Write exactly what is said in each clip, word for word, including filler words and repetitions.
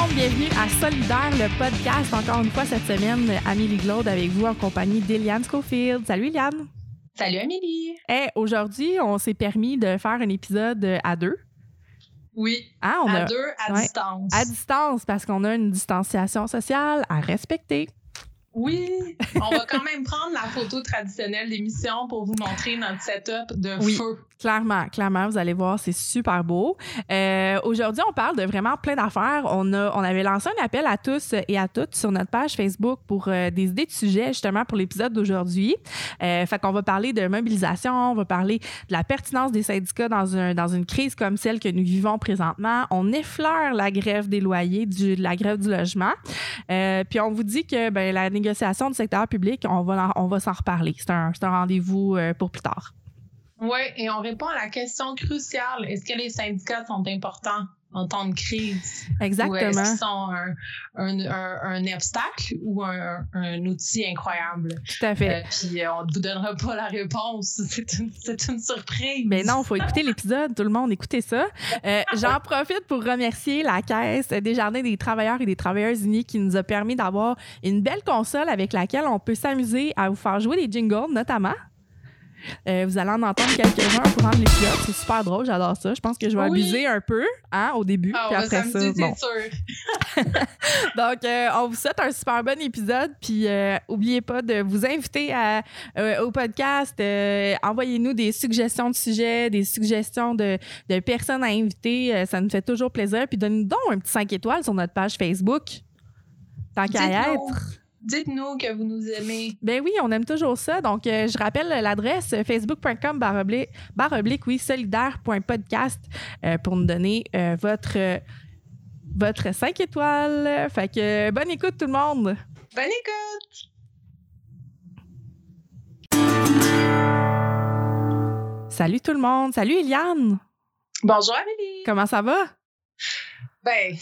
monde, bienvenue à Solidaire, le podcast. Encore une fois cette semaine, Amélie Glaude avec vous en compagnie d'Éliane Schofield. Salut Éliane! Salut Amélie! Hey, aujourd'hui, on s'est permis de faire un épisode à deux. Oui, hein, on à a... deux, à ouais, distance. À distance, parce qu'on a une distanciation sociale à respecter. Oui, on va quand même prendre la photo traditionnelle d'émission pour vous montrer notre setup de oui, feu. Clairement, clairement, vous allez voir, c'est super beau. Euh, aujourd'hui, on parle de vraiment plein d'affaires. On a, on avait lancé un appel à tous et à toutes sur notre page Facebook pour euh, des idées de sujets, justement, pour l'épisode d'aujourd'hui. Euh, fait qu'on va parler de mobilisation, on va parler de la pertinence des syndicats dans, un, dans une crise comme celle que nous vivons présentement. On effleure la grève des loyers, du, la grève du logement. Euh, puis on vous dit que ben, la négociation du secteur public, on va, on va s'en reparler. C'est un, c'est un rendez-vous euh, pour plus tard. Oui, et on répond à la question cruciale. Est-ce que les syndicats sont importants en temps de crise? Exactement. Ou est-ce qu'ils sont un, un, un, un obstacle ou un, un outil incroyable? Tout à fait. Euh, puis euh, on ne vous donnera pas la réponse. C'est une, c'est une surprise. Mais non, il faut écouter l'épisode. Tout le monde, écoutez ça. Euh, j'en profite pour remercier la Caisse des Jardins des travailleurs et des travailleuses unis qui nous a permis d'avoir une belle console avec laquelle on peut s'amuser à vous faire jouer des jingles, notamment. Euh, vous allez en entendre quelques-uns au courant de l'épisode. C'est super drôle, j'adore ça. Je pense que je vais oui. abuser un peu hein, au début. Ah, puis après ça, c'est bon. sûr. Donc, euh, on vous souhaite un super bon épisode. Puis, euh, n'oubliez pas de vous inviter à, euh, au podcast. Euh, envoyez-nous des suggestions de sujets, des suggestions de, de personnes à inviter. Euh, ça nous fait toujours plaisir. Puis, donnez-nous donc un petit cinq étoiles sur notre page Facebook. Tant qu'à y être. Dites-nous que vous nous aimez. Ben oui, on aime toujours ça. Donc, euh, je rappelle l'adresse facebook.com barre oblique, barre oblique, oui, solidaire.podcast euh, pour nous donner euh, votre, euh, votre cinq étoiles. Fait que euh, bonne écoute tout le monde. Bonne écoute! Salut tout le monde. Salut Éliane. Bonjour Amélie. Comment ça va? Ben,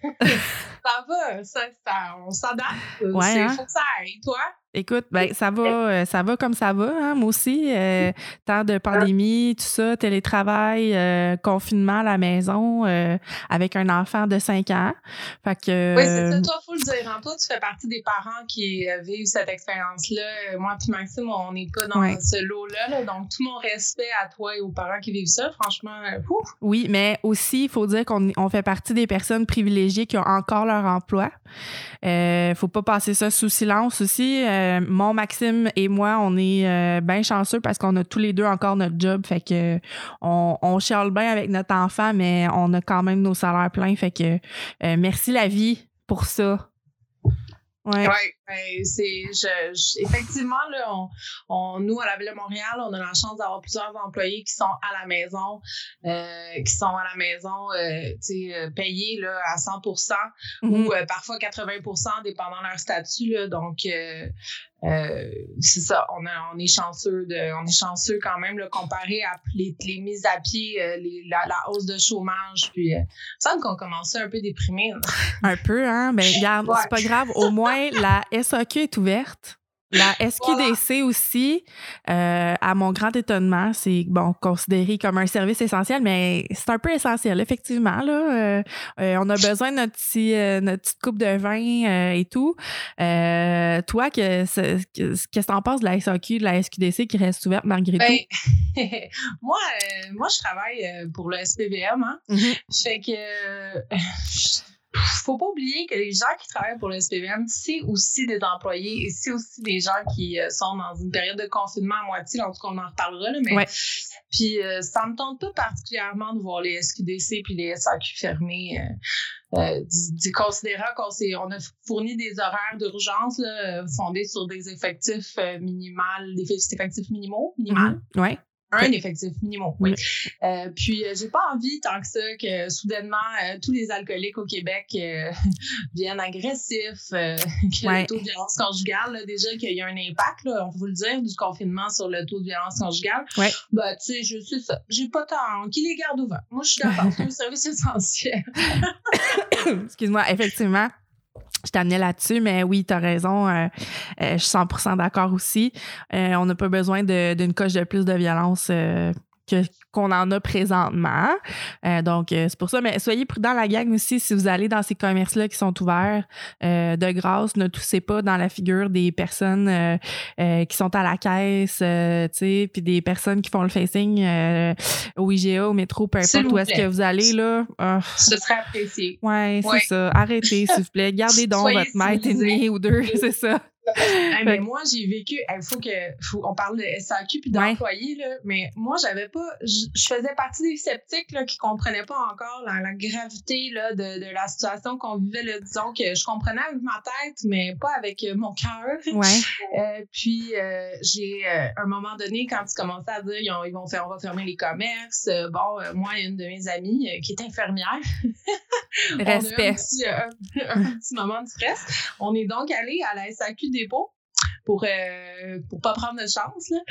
ça va, ça, ça, on s'adapte. Ouais, c'est hein? faut que ça aille. Toi? Écoute, ben ça va, euh, ça va comme ça va, hein, moi aussi. Euh, temps de pandémie, tout ça, télétravail, euh, confinement à la maison, euh, avec un enfant de cinq ans. Fait que. Oui, c'est ça. Toi, faut le dire. Hein, toi, tu fais partie des parents qui euh, vivent cette expérience-là. Moi puis Maxime, on n'est pas dans ouais. ce lot-là. Là, donc, tout mon respect à toi et aux parents qui vivent ça. Franchement, euh, ouf. Oui, mais aussi, il faut dire qu'on on fait partie des personnes privilégiées qui ont encore leur emploi. Euh, faut pas passer ça sous silence aussi. Euh, mon Maxime et moi, on est euh, bien chanceux parce qu'on a tous les deux encore notre job. Fait que on, on chiale bien avec notre enfant, mais on a quand même nos salaires pleins. Fait que euh, merci la vie pour ça. Ouais. ouais ben, c'est je, je, effectivement là on, on nous à la Ville de Montréal on a la chance d'avoir plusieurs employés qui sont à la maison euh, qui sont à la maison euh, tu sais euh, payés là à cent pour cent mm-hmm. ou euh, parfois quatre-vingts pour cent dépendant leur statut là donc euh, euh, c'est ça on a on est chanceux de on est chanceux quand même là, comparé à les, les mises à pied euh, les, la, la hausse de chômage puis euh, ça semble qu'on commençait un peu déprimé là. Un peu hein ben regarde ouais. C'est pas grave au moins la S A Q est ouverte. La S Q D C voilà. Aussi, euh, à mon grand étonnement, c'est bon considéré comme un service essentiel, mais c'est un peu essentiel, effectivement. Là, euh, euh, on a besoin de notre, petit, euh, notre petite coupe de vin euh, et tout. Euh, toi, que, que, qu'est-ce que t'en penses de la S A Q, de la S Q D C qui reste ouverte malgré ben, tout? moi, euh, moi, je travaille pour le S P V M. Hein? Mm-hmm. Fait que... Euh, faut pas oublier que les gens qui travaillent pour le S P V M, c'est aussi des employés et c'est aussi des gens qui euh, sont dans une période de confinement à moitié. En tout cas, on en reparlera. Là, mais ouais. Puis, euh, ça me tente pas particulièrement de voir les S Q D C puis les S A Q fermés. Euh, euh, du, du, considérant qu'on s'est, on a fourni des horaires d'urgence là, fondés sur des effectifs euh, minimales, des effectifs minimaux, minimales. Mm-hmm. Ouais. Un effectif minimum, oui. Euh, puis, euh, j'ai pas envie, tant que ça, que soudainement, euh, tous les alcooliques au Québec euh, viennent agressifs, euh, que ouais. le taux de violence conjugale, là, déjà qu'il y a un impact, là, on peut vous le dire, du confinement sur le taux de violence conjugale. Ouais. Bah, tu sais, je sais ça. J'ai pas tant. Qui les garde ouverts? Moi, je suis d'accord. C'est un service essentiel. Excuse-moi, effectivement. Je t'amenais là-dessus, mais oui, t'as raison. Euh, euh, je suis cent pour cent d'accord aussi. Euh, on n'a pas besoin de, d'une coche de plus de violence euh, que, qu'on en a présentement. Euh, donc, euh, c'est pour ça. Mais soyez prudents, la gang, aussi, si vous allez dans ces commerces-là qui sont ouverts. Euh, de grâce, ne toussez pas dans la figure des personnes euh, euh, qui sont à la caisse, euh, tu sais, puis des personnes qui font le facing euh, au I G A, au métro, peu importe où est-ce que vous allez, là. Oh. Ce serait apprécié. Ouais, c'est ouais. ça. Arrêtez, s'il vous plaît. Gardez donc Soyez votre mètre et demi ou deux, c'est ça. Hey, mais moi, j'ai vécu. Il faut que. Faut, on parle de S A Q puis d'employés, ouais. là. Mais moi, j'avais pas. Je, je faisais partie des sceptiques là, qui comprenaient pas encore la, la gravité là, de, de la situation qu'on vivait. Là. Disons que je comprenais avec ma tête, mais pas avec euh, mon cœur. Ouais. Euh, puis, euh, j'ai. Euh, à un moment donné, quand tu commençais à dire ils, ont, ils vont faire, on va fermer les commerces, euh, bon, euh, moi, une de mes amies euh, qui est infirmière. Respect. On a un petit, euh, un petit moment de stress. On est donc allé à la S A Q dépôt pour euh, pour pas prendre de chance là,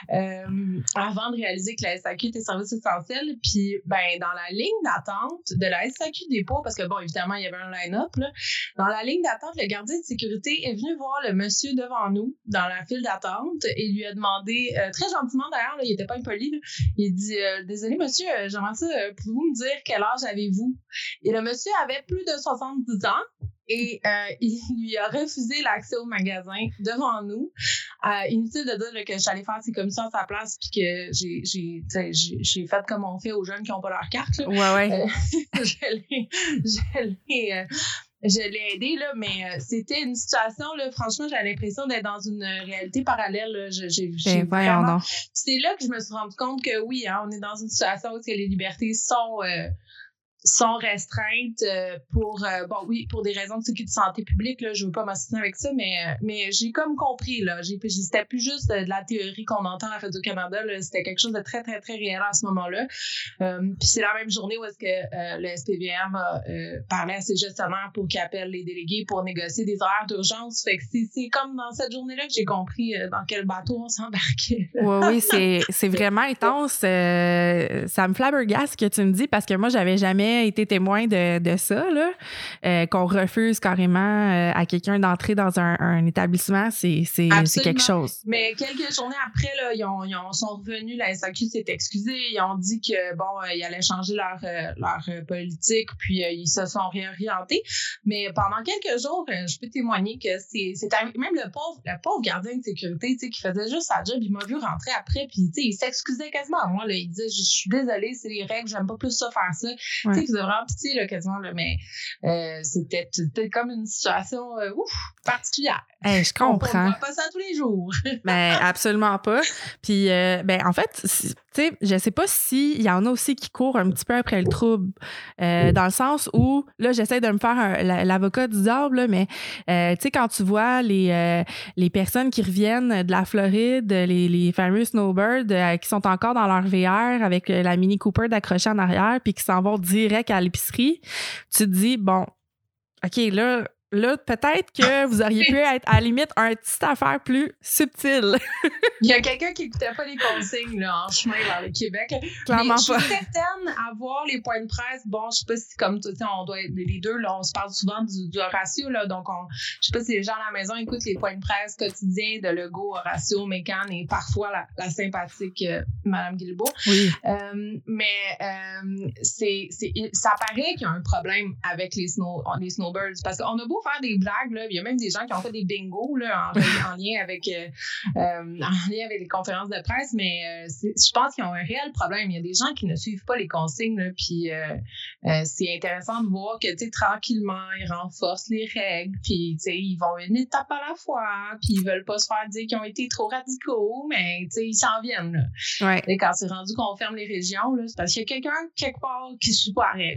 euh, avant de réaliser que la S A Q était service essentiel. Puis ben dans la ligne d'attente de la S A Q dépôt, parce que bon évidemment il y avait un line-up là, dans la ligne d'attente, le gardien de sécurité est venu voir le monsieur devant nous dans la file d'attente et lui a demandé euh, très gentiment d'ailleurs, là, il était pas impoli, là, il dit euh, désolé monsieur, euh, j'aimerais ça, euh, pouvez-vous me dire quel âge avez-vous? Et le monsieur avait plus de soixante-dix ans. Et euh, il lui a refusé l'accès au magasin devant nous. Euh, inutile de dire là, que j'allais faire ses commissions à sa place puis que j'ai, j'ai, j'ai, j'ai fait comme on fait aux jeunes qui n'ont pas leur carte. Là. Ouais, ouais. Euh, je l'ai, je l'ai, euh, je l'ai aidé, là, mais euh, c'était une situation, là, franchement, j'avais l'impression d'être dans une réalité parallèle. Là. Je, j'ai, j'ai ben, vraiment... C'est là que je me suis rendu compte que oui, hein, on est dans une situation où que les libertés sont... Euh, sont restreintes euh, pour euh, bon oui pour des raisons de sécurité de santé publique là, je veux pas m'assister avec ça, mais mais j'ai comme compris là, j'ai c'était plus juste de, de la théorie qu'on entend à Radio-Canada là, c'était quelque chose de très très très réel à ce moment-là. Euh, puis c'est la même journée où est-ce que euh, le S P V M a euh, parlé à ses gestionnaires pour qu'ils appellent les délégués pour négocier des horaires d'urgence. Fait que c'est c'est comme dans cette journée-là que j'ai compris euh, dans quel bateau on s'embarquait. Oui, oui, c'est c'est vraiment intense. Euh, ça me flabbergasse que tu me dis parce que moi j'avais jamais été témoin de, de ça, là, euh, qu'on refuse carrément euh, à quelqu'un d'entrer dans un, un établissement, c'est, c'est, c'est quelque chose. Mais quelques journées après, là, ils, ont, ils ont, sont revenus, la S A Q s'est excusée, ils ont dit que bon, euh, ils allaient changer leur, euh, leur euh, politique, puis euh, ils se sont réorientés. Mais pendant quelques jours, euh, je peux témoigner que c'est, c'est même le pauvre, le pauvre gardien de sécurité, tu sais, qui faisait juste sa job, il m'a vu rentrer après, puis tu sais, il s'excusait quasiment à moi, là, il disait, je suis désolée, c'est les règles, j'aime pas plus ça faire ça. Ouais. Tu sais, il faisait vraiment pitié, là, quasiment, là, mais euh, c'était, c'était comme une situation euh, ouf, particulière. Hey, je comprends. On ne voit pas ça tous les jours. Ben, absolument pas. Puis, euh, ben, en fait, tu sais, je sais pas s'il y en a aussi qui courent un petit peu après le trouble, euh, dans le sens où, là, j'essaie de me faire un, l'avocat du diable, là, mais, euh, tu sais, quand tu vois les, euh, les personnes qui reviennent de la Floride, les, les fameux snowbirds euh, qui sont encore dans leur V R avec la Mini Cooper d'accrocher en arrière puis qui s'en vont direct à l'épicerie, tu te dis, bon, OK, là, Là, peut-être que vous auriez pu être à la limite un petit affaire plus subtile. Il y a quelqu'un qui n'écoutait pas les consignes là, en chemin vers le Québec. Clairement mais je pas. suis certaine à voir les points de presse. Bon, je sais pas si comme tu sais, on doit les deux, là, on se parle souvent du, du Horacio, là, donc on, je sais pas si les gens à la maison écoutent les points de presse quotidiens de Legault, Horacio, Mécan et parfois la, la sympathique euh, Mme Guilbeault. Oui. Euh, mais euh, c'est, c'est, ça paraît qu'il y a un problème avec les, snow, les snowbirds parce qu'on a beau faire des blagues, là. Il y a même des gens qui ont fait des bingos là, en, en lien avec euh, euh, en lien avec les conférences de presse, mais euh, je pense qu'ils ont un réel problème. Il y a des gens qui ne suivent pas les consignes, là, puis euh, euh, c'est intéressant de voir que tranquillement, ils renforcent les règles, puis ils vont une étape à la fois, puis ils veulent pas se faire dire qu'ils ont été trop radicaux, mais ils s'en viennent. Là. Ouais. Et quand c'est rendu qu'on ferme les régions, là, c'est parce qu'il y a quelqu'un quelque part qui ne suit pas la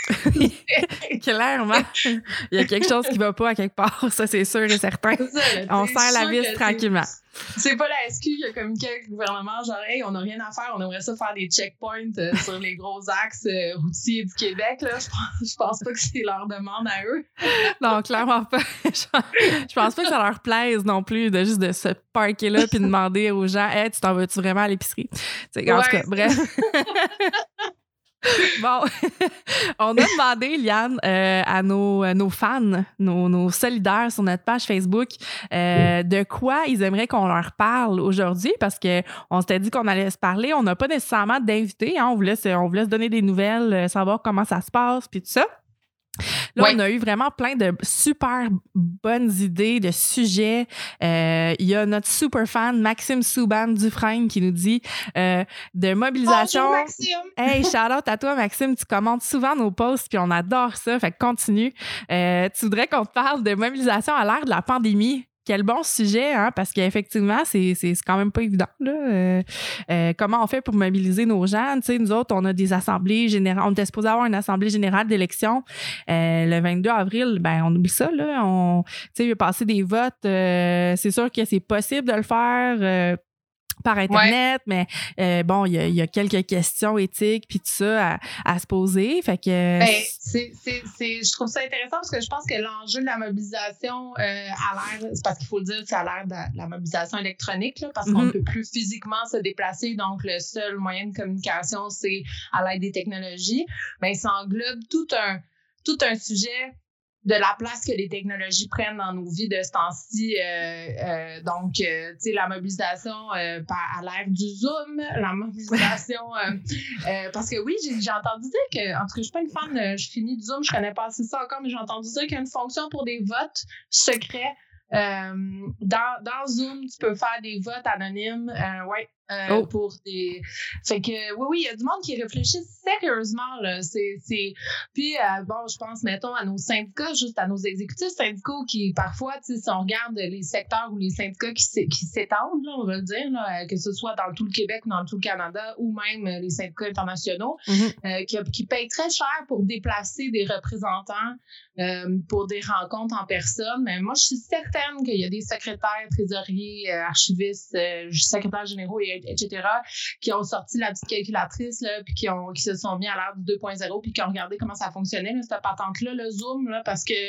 règle. Clairement. Il y a quelque chose qui va pas à quelque part, ça c'est sûr et certain. C'est ça, là, on serre la vis tranquillement. C'est pas la S Q qui a communiqué avec le gouvernement, genre, hey, on n'a rien à faire, on aimerait ça faire des checkpoints euh, sur les gros axes euh, routiers du Québec, là. Je pense, je pense pas que c'est leur demande à eux. Non, clairement pas. Je pense pas que ça leur plaise non plus de juste de se parker là puis demander aux gens, hey, tu t'en vas-tu vraiment à l'épicerie? T'sais, en ouais, tout cas, bref. Bon, on a demandé, Liane, euh, à nos, nos fans, nos, nos solidaires sur notre page Facebook, euh, de quoi ils aimeraient qu'on leur parle aujourd'hui, parce qu'on s'était dit qu'on allait se parler. On n'a pas nécessairement d'invités, hein, on voulait se, on voulait se donner des nouvelles, savoir comment ça se passe, puis tout ça. Là, ouais. On a eu vraiment plein de super bonnes idées, de sujets. Euh, il y a notre super fan, Maxime Souban Dufresne, qui nous dit euh, de mobilisation. Bonjour, Maxime! Hey, shout-out à toi, Maxime. Tu commentes souvent nos posts, puis on adore ça. Fait que continue. Euh, tu voudrais qu'on te parle de mobilisation à l'ère de la pandémie. Quel bon sujet, hein, parce qu'effectivement, c'est, c'est, c'est quand même pas évident, là. Euh, euh, comment on fait pour mobiliser nos gens? Tu sais, nous autres, on a des assemblées générales. On était supposé avoir une assemblée générale d'élection euh, le vingt-deux avril. Ben, on oublie ça, là. On, tu sais, il va passer des votes. Euh, c'est sûr que c'est possible de le faire. Euh, par Internet, ouais. mais euh, bon, il y, y a quelques questions éthiques puis tout ça à, à se poser. Fait que ben, c'est, c'est, c'est, je trouve ça intéressant parce que je pense que l'enjeu de la mobilisation euh, à l'ère, c'est parce qu'il faut le dire, c'est à l'ère de la, de la mobilisation électronique, là, parce mm-hmm. qu'on ne peut plus physiquement se déplacer, donc le seul moyen de communication, c'est à l'aide des technologies. Ben, ça englobe tout un, tout un sujet de la place que les technologies prennent dans nos vies de ce temps-ci. Euh, euh, donc, euh, tu sais, la mobilisation euh, par, à l'ère du Zoom, la mobilisation... Euh, euh, parce que oui, j'ai, j'ai entendu dire que... En tout cas, je suis pas une fan, euh, je finis du Zoom, je connais pas assez ça encore, mais j'ai entendu dire qu'il y a une fonction pour des votes secrets. Euh, dans, dans Zoom, tu peux faire des votes anonymes. Euh, ouais. Euh, oh. Pour des fait que oui oui il y a du monde qui réfléchit sérieusement là c'est c'est puis euh, bon je pense mettons à nos syndicats, juste à nos exécutifs syndicaux qui parfois tu sais si on regarde les secteurs ou les syndicats qui qui s'étendent là on va le dire là, que ce soit dans tout le Québec dans tout le Canada ou même les syndicats internationaux mm-hmm. euh, qui qui payent très cher pour déplacer des représentants euh, pour des rencontres en personne. Mais moi je suis certaine qu'il y a des secrétaires, trésoriers, euh, archivistes, euh, secrétaires généraux et et cetera, qui ont sorti la petite calculatrice, là, puis qui, ont, qui se sont mis à l'ère du deux point zéro, puis qui ont regardé comment ça fonctionnait, là, cette patente-là, le Zoom, là, parce que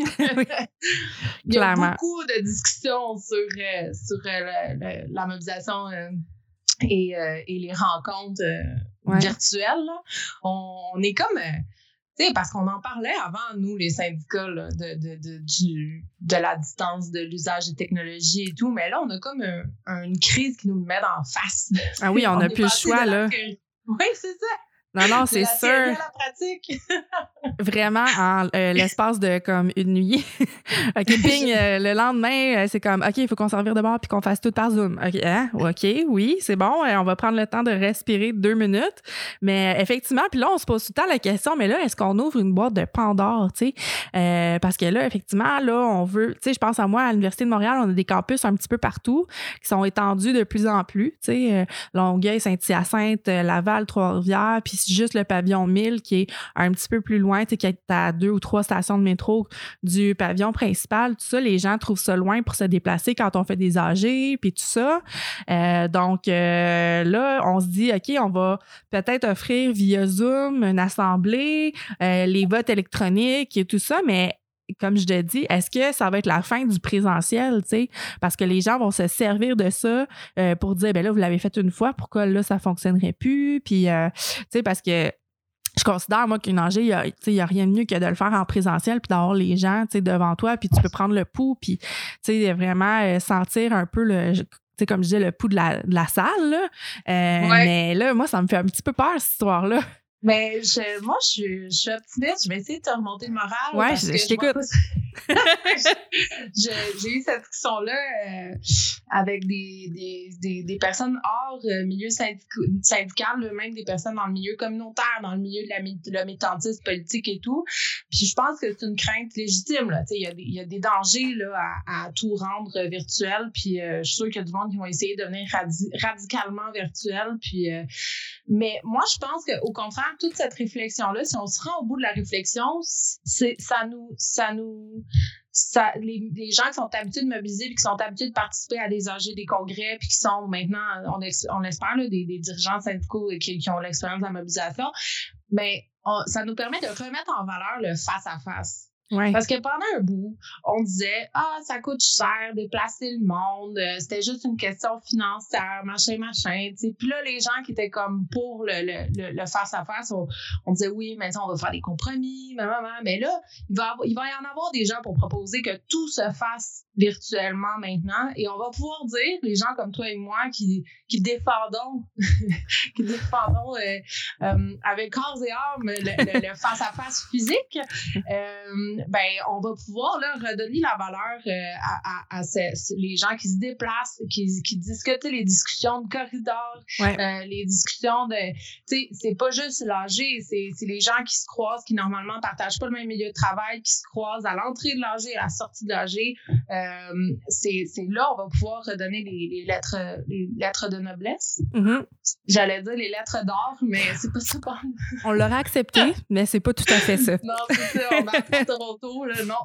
il y a Clairement. beaucoup de discussions sur, euh, sur euh, la, la, la mobilisation euh, et, euh, et les rencontres euh, ouais. virtuelles. Là. On, on est comme... Euh, Tu sais, parce qu'on en parlait avant, nous, les syndicats, là, de, de, de, du, de la distance, de l'usage des technologies et tout. Mais là, on a comme un, un, une crise qui nous met en face. Ah oui, on n'a plus le choix, là. Oui, c'est ça. Non, non, c'est sûr. La pratique. Vraiment, en euh, l'espace de comme une nuit. OK, ping, euh, le lendemain, euh, c'est comme, OK, il faut qu'on s'en vire de bord puis qu'on fasse tout par Zoom. OK, hein? OK, oui, c'est bon. Euh, on va prendre le temps de respirer deux minutes. Mais euh, effectivement, puis là, on se pose tout le temps la question, mais là, est-ce qu'on ouvre une boîte de Pandore, tu sais? Euh, parce que là, effectivement, là, on veut, tu sais, je pense à moi, à l'Université de Montréal, on a des campus un petit peu partout qui sont étendus de plus en plus, tu sais, euh, Longueuil, Saint-Hyacinthe, euh, Laval, Trois-Rivières, puis juste le pavillon mille qui est un petit peu plus loin, tu sais, qui est à deux ou trois stations de métro du pavillon principal. Tout ça, les gens trouvent ça loin pour se déplacer quand on fait des A G, puis tout ça. Euh, donc euh, là, on se dit, OK, on va peut-être offrir via Zoom une assemblée, euh, les votes électroniques et tout ça, mais comme je te dis, est-ce que ça va être la fin du présentiel, tu sais? Parce que les gens vont se servir de ça euh, pour dire, ben là, vous l'avez fait une fois, pourquoi là, ça fonctionnerait plus? Puis, euh, tu sais, parce que je considère, moi, qu'une A G, il n'y a, a rien de mieux que de le faire en présentiel puis d'avoir les gens, tu sais, devant toi, puis tu peux prendre le pouls, puis, tu sais, vraiment euh, sentir un peu le... tu sais, comme je disais, le pouls de la, de la salle, là. Euh, ouais. Mais là, moi, ça me fait un petit peu peur, cette histoire-là. Mais je, moi, je suis, je suis optimiste. Je vais essayer de te remonter le moral. Ouais, je, je t'écoute. je, j'ai eu cette discussion-là euh, avec des, des, des, des personnes hors euh, milieu syndical, syndical, même des personnes dans le milieu communautaire, dans le milieu de la, de la militantisme politique et tout. Puis je pense que c'est une crainte légitime. Il y, y a des dangers là, à, à tout rendre virtuel. Puis euh, je suis sûre qu'il y a du monde qui vont essayer de devenir radi- radicalement virtuel. Puis, euh, mais moi, je pense qu'au contraire, toute cette réflexion-là, si on se rend au bout de la réflexion, c'est, ça nous, ça nous, ça, les, les gens qui sont habitués de mobiliser puis qui sont habitués de participer à des A G, des congrès, puis qui sont maintenant, on, ex, on espère, là, des, des dirigeants syndicaux qui, qui ont l'expérience de la mobilisation, mais on, ça nous permet de remettre en valeur le face-à-face. Ouais. Parce que pendant un bout, on disait « Ah, ça coûte cher déplacer le monde, euh, c'était juste une question financière, machin, machin. » Puis là, les gens qui étaient comme pour le, le, le, le face-à-face, on, on disait « Oui, mais on va faire des compromis, maman. » Mais là, il va, il va y en avoir des gens pour proposer que tout se fasse virtuellement maintenant et on va pouvoir dire, les gens comme toi et moi qui, qui défendons, qui défendons euh, euh, avec corps et âme le, le, le face-à-face physique, euh, ben on va pouvoir là, redonner la valeur euh, à, à, à ces, les gens qui se déplacent, qui, qui discutent les discussions de corridor, ouais. euh, les discussions de, tu sais, c'est pas juste l'âgé, c'est, c'est les gens qui se croisent, qui normalement partagent pas le même milieu de travail, qui se croisent à l'entrée de l'âgé et à la sortie de l'âgé. Euh, c'est, c'est là on va pouvoir redonner les, les lettres les lettres de noblesse. Mm-hmm. J'allais dire les lettres d'or, mais c'est pas ça. On l'aurait accepté, mais c'est pas tout à fait ça. Non, c'est ça. On va à Toronto, là, non.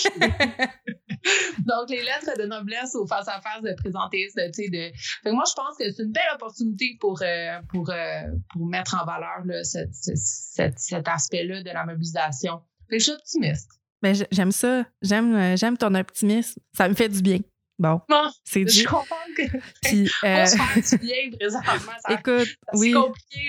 Donc, les lettres de noblesse au face-à-face de présenter, tu sais, de... Fait que moi, je pense que c'est une belle opportunité pour, euh, pour, euh, pour mettre en valeur là, cet, cet, cet aspect-là de la mobilisation. Fait que je suis optimiste. Ben, j'aime ça. J'aime, j'aime ton optimisme. Ça me fait du bien. Bon, bon c'est dit. Je comprends que Puis, euh... on se fait du bien présentement. Ça, écoute, ça oui. C'est compliqué,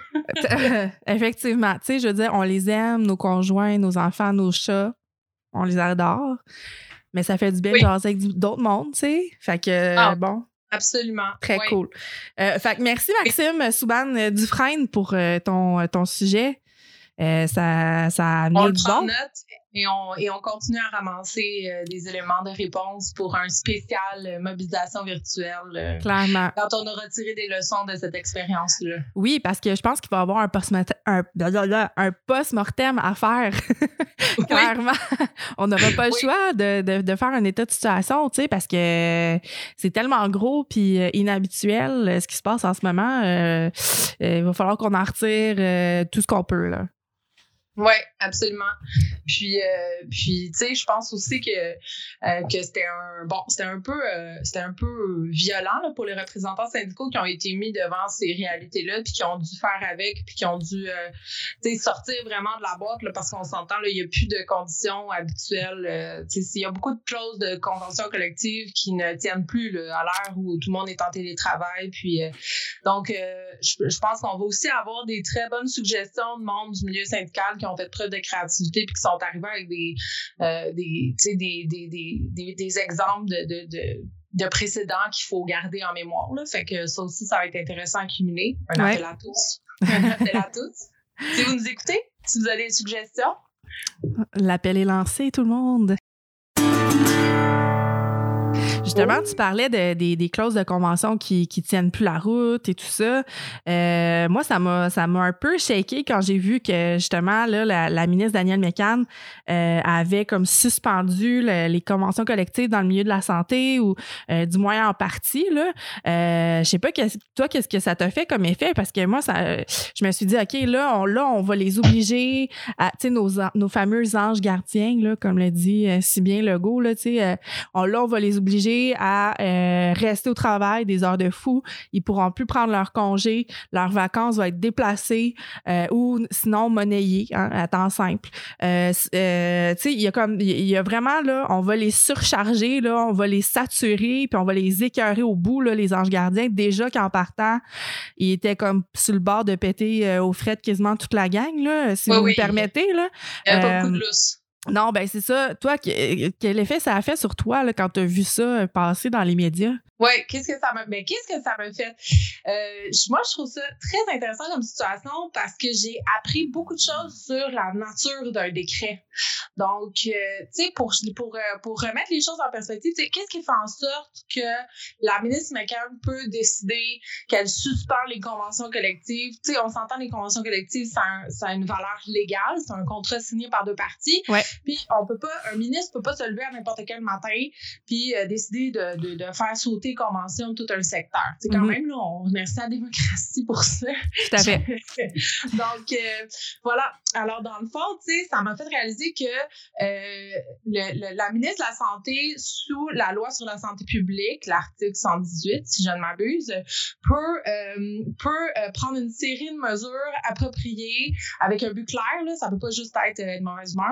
là. Effectivement. Tu sais, je veux dire, on les aime, nos conjoints, nos enfants, nos chats. On les adore. Mais ça fait du bien oui. de jaser avec d'autres mondes, tu sais. Fait que, ah, bon. Absolument. Très oui. cool. Euh, fait que merci, Maxime oui. Souban Dufresne, pour euh, ton, ton sujet. Euh, ça, ça a amené on du prend bon. note et on, et on continue à ramasser euh, des éléments de réponse pour un spécial euh, mobilisation virtuelle. Euh, Clairement. Quand on aura tiré des leçons de cette expérience-là. Oui, parce que je pense qu'il va y avoir un post-mortem, un, un post-mortem à faire. Clairement. Oui. On n'aura pas le oui. choix de, de, de faire un état de situation, tu sais, parce que c'est tellement gros puis inhabituel ce qui se passe en ce moment. Euh, euh, il va falloir qu'on en retire euh, tout ce qu'on peut, là. Oui, absolument. Puis, euh, puis tu sais, je pense aussi que euh, que c'était un bon, c'était un peu, euh, c'était un peu violent là, pour les représentants syndicaux qui ont été mis devant ces réalités-là, puis qui ont dû faire avec, puis qui ont dû, euh, tu sais, sortir vraiment de la boîte là, parce qu'on s'entend là, il y a plus de conditions habituelles. Euh, tu sais, il y a beaucoup de clauses de conventions collectives qui ne tiennent plus là, à l'heure où tout le monde est en télétravail. Puis, euh, donc, euh, je, je pense qu'on va aussi avoir des très bonnes suggestions de monde du milieu syndical qui ont fait preuve de créativité puis qui sont arrivés avec des, euh, des, tu sais, des, des, des, des, des exemples de, de, de, de précédents qu'il faut garder en mémoire. Là. Fait que ça aussi, ça va être intéressant à accumuler. Un ouais. appel à tous. Un appel à tous. Si vous nous écoutez, si vous avez des suggestions. L'appel est lancé, tout le monde. Justement, oh. tu parlais de, des, des clauses de convention qui qui tiennent plus la route et tout ça. Euh, moi, ça m'a ça m'a un peu shaké quand j'ai vu que justement là la, la ministre Danielle Mécan euh, avait comme suspendu le, les conventions collectives dans le milieu de la santé ou euh, du moins en partie là. Euh, je sais pas que, toi qu'est-ce que ça t'a fait comme effet parce que moi ça je me suis dit OK là on là on va les obliger à tu sais nos nos fameux anges gardiens là comme le dit euh, si bien Legault là tu sais euh, on là on va les obliger à euh, rester au travail des heures de fou. Ils pourront plus prendre leurs congés. Leurs vacances vont être déplacées euh, ou sinon monnayées, hein, à temps simple. Euh, euh, tu sais, il y a comme, il y a vraiment, là, on va les surcharger, là, on va les saturer, puis on va les écœurer au bout, là, les anges gardiens. Déjà qu'en partant, ils étaient comme sur le bord de péter euh, aux frettes quasiment toute la gang, là, si oui, vous oui. me permettez. Là. Il n'y a pas euh, beaucoup de lousse. Non, ben c'est ça. Toi, quel effet ça a fait sur toi là, quand tu as vu ça passer dans les médias? Oui, qu'est-ce que ça m'a mais qu'est-ce que ça m'a fait? Euh, moi, je trouve ça très intéressant comme situation parce que j'ai appris beaucoup de choses sur la nature d'un décret. Donc, euh, tu sais, pour, pour, pour remettre les choses en perspective, tu sais, qu'est-ce qui fait en sorte que la ministre Mécan peut décider qu'elle suspend les conventions collectives? Tu sais, on s'entend, les conventions collectives, ça a, un, ça a une valeur légale, c'est un contrat signé par deux parties. Ouais. Puis, on peut pas, un ministre peut pas se lever à n'importe quel matin puis euh, décider de, de, de faire sauter convention de tout un secteur. C'est quand mm-hmm. même, là, on remercie la démocratie pour ça. Tout à fait. Donc, euh, voilà. Alors, dans le fond, tu sais, ça m'a fait réaliser que euh, le, le, la ministre de la Santé, sous la loi sur la santé publique, l'article cent dix-huit, si je ne m'abuse, peut, euh, peut euh, prendre une série de mesures appropriées avec un but clair, là, ça peut pas juste être euh, de mauvaise humeur, là,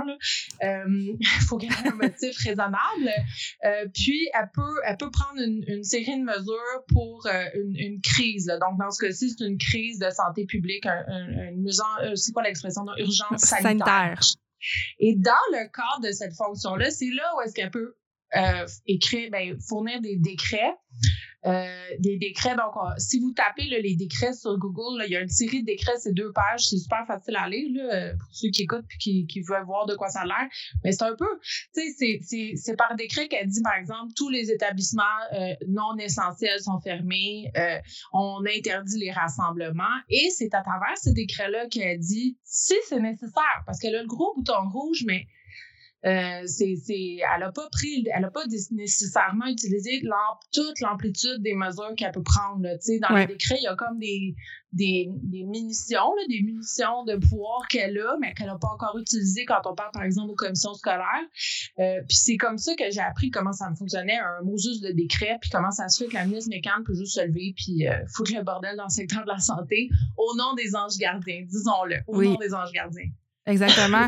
Il euh, faut qu'elle ait un motif raisonnable. Euh, puis, elle peut, elle peut prendre une, une série de mesures pour euh, une, une crise. Là. Donc, dans ce cas-ci, c'est une crise de santé publique, un, un, une mesure, c'est quoi l'expression? Une urgence sanitaire. sanitaire. Et dans le cadre de cette fonction-là, c'est là où est-ce qu'elle peut euh, écrire, ben, fournir des décrets. Euh, des décrets, donc on, si vous tapez là, les décrets sur Google, là, il y a une série de décrets, c'est deux pages, c'est super facile à lire là, pour ceux qui écoutent et qui, qui veulent voir de quoi ça a l'air, mais c'est un peu, tu sais, c'est, c'est, c'est par décret qu'elle dit, par exemple, tous les établissements euh, non essentiels sont fermés, euh, on interdit les rassemblements, et c'est à travers ces décrets-là qu'elle dit, si c'est nécessaire, parce qu'elle a le gros bouton rouge, mais Euh, c'est, c'est, elle n'a pas pris, elle a pas nécessairement utilisé l'amp, toute l'amplitude des mesures qu'elle peut prendre. Là. Dans ouais. les décrets, il y a comme des, des, des munitions, là, des munitions de pouvoir qu'elle a, mais qu'elle n'a pas encore utilisées quand on parle, par exemple, aux commissions scolaires. Euh, puis c'est comme ça que j'ai appris comment ça fonctionnait, un mot juste de décret, puis comment ça se fait que la ministre Mécan peut juste se lever puis euh, foutre le bordel dans le secteur de la santé au nom des anges gardiens, disons-le, au oui. nom des anges gardiens. Exactement.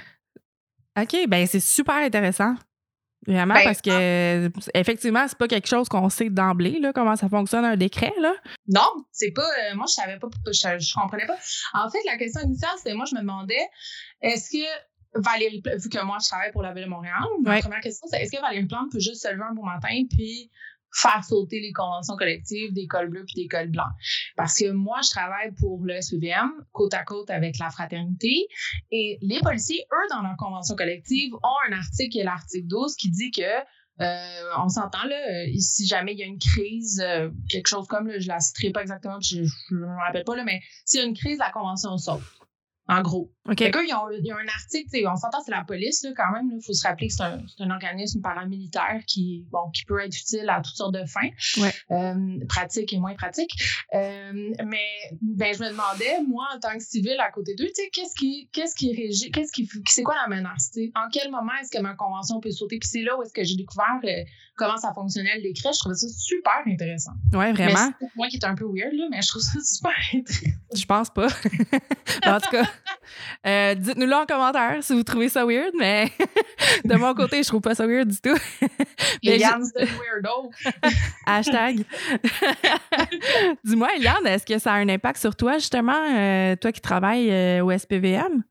OK, ben c'est super intéressant. Vraiment, ben, parce que en... effectivement, c'est pas quelque chose qu'on sait d'emblée, là, comment ça fonctionne un décret, là. Non, c'est pas. Euh, moi, je savais pas, je, je comprenais pas. En fait, la question initiale, c'était moi, je me demandais, est-ce que Valérie, vu que moi, je travaille pour la Ville de Montréal, ma ouais. première question, c'est est-ce que Valérie Plante peut juste se lever un beau matin puis faire sauter les conventions collectives des cols bleus puis des cols blancs. Parce que moi, je travaille pour le S P V M, côte à côte avec la fraternité, et les policiers, eux, dans leur convention collective, ont un article, qui est l'article douze, qui dit que, euh, on s'entend, là, si jamais il y a une crise, euh, quelque chose comme, là, je la citerai pas exactement, je ne me rappelle pas, là, mais s'il y a une crise, la convention saute. En gros. Okay. Fait ils ont, ils ont un article, on s'entend, c'est la police, là, quand même. Il faut se rappeler que c'est un, c'est un organisme paramilitaire qui, bon, qui peut être utile à toutes sortes de fins, ouais. euh, pratiques et moins pratiques. Euh, mais ben, je me demandais, moi, en tant que civile à côté d'eux, qu'est-ce qui, qu'est-ce qui régit, qu'est-ce qui, c'est quoi la menace? T'sais? En quel moment est-ce que ma convention peut sauter? Puis c'est là où est-ce que j'ai découvert euh, comment ça fonctionnait le décret. Je trouvais ça super intéressant. Oui, vraiment. Mais c'est moi qui est un peu weird, là, mais je trouve ça super intéressant. Je pense pas. En tout cas, euh, dites-nous-le en commentaire si vous trouvez ça weird, mais de mon côté, je trouve pas ça weird du tout. Eliane, c'est weirdo. Hashtag. Dis-moi, Eliane, est-ce que ça a un impact sur toi, justement, euh, toi qui travailles euh, au S P V M?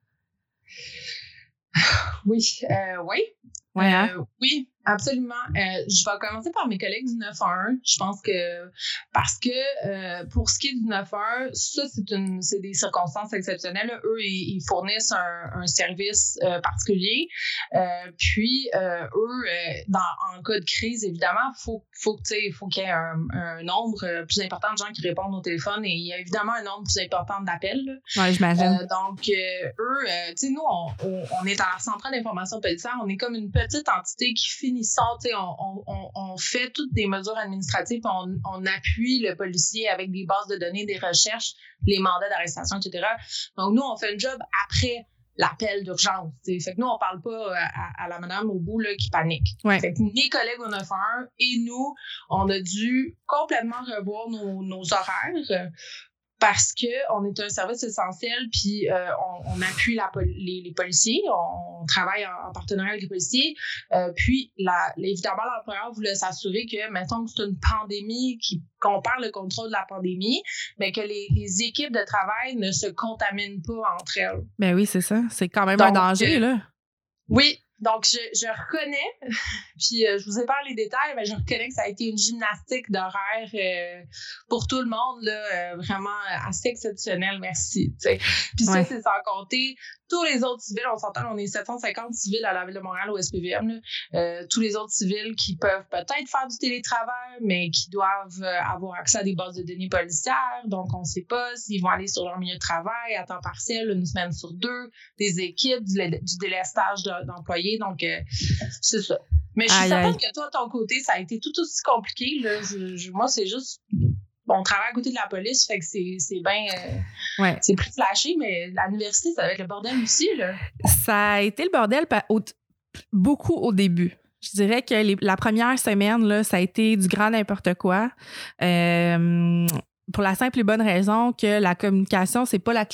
Oui, euh, oui. Ouais, hein? euh, oui, absolument. Euh, je vais commencer par mes collègues du neuf un un. Je pense que parce que euh, pour ce qui est du neuf un un, ça, c'est une c'est des circonstances exceptionnelles. Eux, ils, ils fournissent un, un service euh, particulier. Euh, puis, euh, eux, euh, dans, en cas de crise, évidemment, faut, faut, faut qu'il y ait un, un nombre plus important de gens qui répondent au téléphone et il y a évidemment un nombre plus important d'appels. Oui, j'imagine. Euh, donc, euh, eux, euh, tu sais, nous, on, on, on est à la centrale d'information policière. On est comme une petite entité qui finissant, tu sais, on, on, on fait toutes des mesures administratives, on, on appuie le policier avec des bases de données, des recherches, les mandats d'arrestation, et cetera. Donc, nous, on fait un job après l'appel d'urgence. T'sais. Fait que nous, on parle pas à, à la madame au bout là, qui panique. Ouais. Fait que mes collègues au neuf un un et nous, on a dû complètement revoir nos, nos horaires. Parce que on est un service essentiel, puis euh, on, on appuie la, les, les policiers, on, on travaille en, en partenariat avec les policiers, euh, puis la, évidemment l'employeur voulait s'assurer que, mettons que c'est une pandémie, qui, qu'on perd le contrôle de la pandémie, mais que les, les équipes de travail ne se contaminent pas entre elles. Ben oui, c'est ça, c'est quand même Donc, un danger, là. Oui. Donc, je, je reconnais, puis euh, je vous épargne les détails, mais je reconnais que ça a été une gymnastique d'horaire euh, pour tout le monde, là, euh, vraiment assez exceptionnelle, merci. T'sais. Puis ça, ouais. C'est sans compter tous les autres civils, on s'entend, on est sept cent cinquante civils à la Ville de Montréal au S P V M, là, euh, tous les autres civils qui peuvent peut-être faire du télétravail, mais qui doivent euh, avoir accès à des bases de données policières, donc on ne sait pas s'ils vont aller sur leur milieu de travail à temps partiel, une semaine sur deux, des équipes, du, du délestage de, d'employés. Donc, euh, c'est ça. Mais je suis aïe, certaine aïe. Que toi, de ton côté, ça a été tout aussi compliqué. Là. Je, je, moi, c'est juste... Bon, on travaille à côté de la police, fait que c'est, c'est bien... Euh, ouais. C'est plus flashé, mais l'université, ça va être le bordel aussi, là. Ça a été le bordel au, beaucoup au début. Je dirais que les, la première semaine, là, ça a été du grand n'importe quoi. Euh, pour la simple et bonne raison que la communication, c'est pas la clé.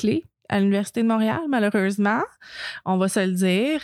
à l'Université de Montréal, malheureusement. On va se le dire.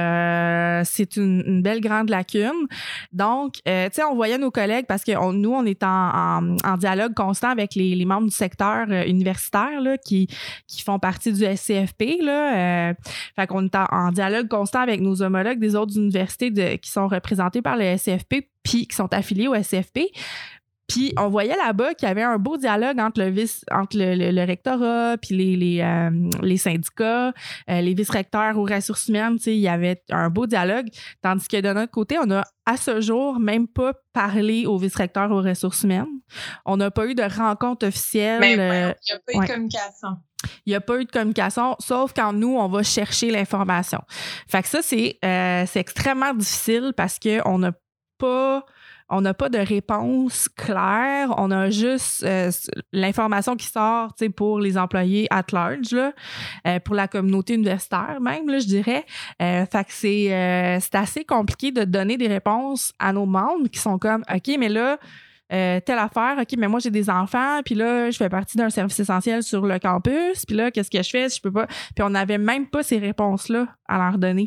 Euh, c'est une, une belle grande lacune. Donc, euh, tu sais, on voyait nos collègues parce que on, nous, on est en, en, en dialogue constant avec les, les membres du secteur euh, universitaire là, qui, qui font partie du S C F P. Là. Euh, fait qu'on est en, en dialogue constant avec nos homologues des autres universités de, qui sont représentées par le S C F P puis qui sont affiliés au S C F P. Puis on voyait là-bas qu'il y avait un beau dialogue entre le vice, entre le, le, le rectorat puis les les, euh, les syndicats, euh, les vice-recteurs aux ressources humaines, tu sais, il y avait un beau dialogue, tandis que de notre côté, on a à ce jour même pas parlé aux vice-recteurs aux ressources humaines. On n'a pas eu de rencontre officielle. Mais ouais, il n'y a pas eu ouais. de communication. Il n'y a pas eu de communication, sauf quand nous, on va chercher l'information. Fait que ça, c'est, euh, c'est extrêmement difficile parce qu'on n'a pas... On n'a pas de réponse claire. On a juste euh, l'information qui sort pour les employés at large, là, euh, pour la communauté universitaire même, là, je dirais. Euh, fait que c'est, euh, c'est assez compliqué de donner des réponses à nos membres qui sont comme « OK, mais là, euh, telle affaire, OK, mais moi, j'ai des enfants, puis là, je fais partie d'un service essentiel sur le campus, puis là, qu'est-ce que je fais si je peux pas? » Puis on n'avait même pas ces réponses-là à leur donner.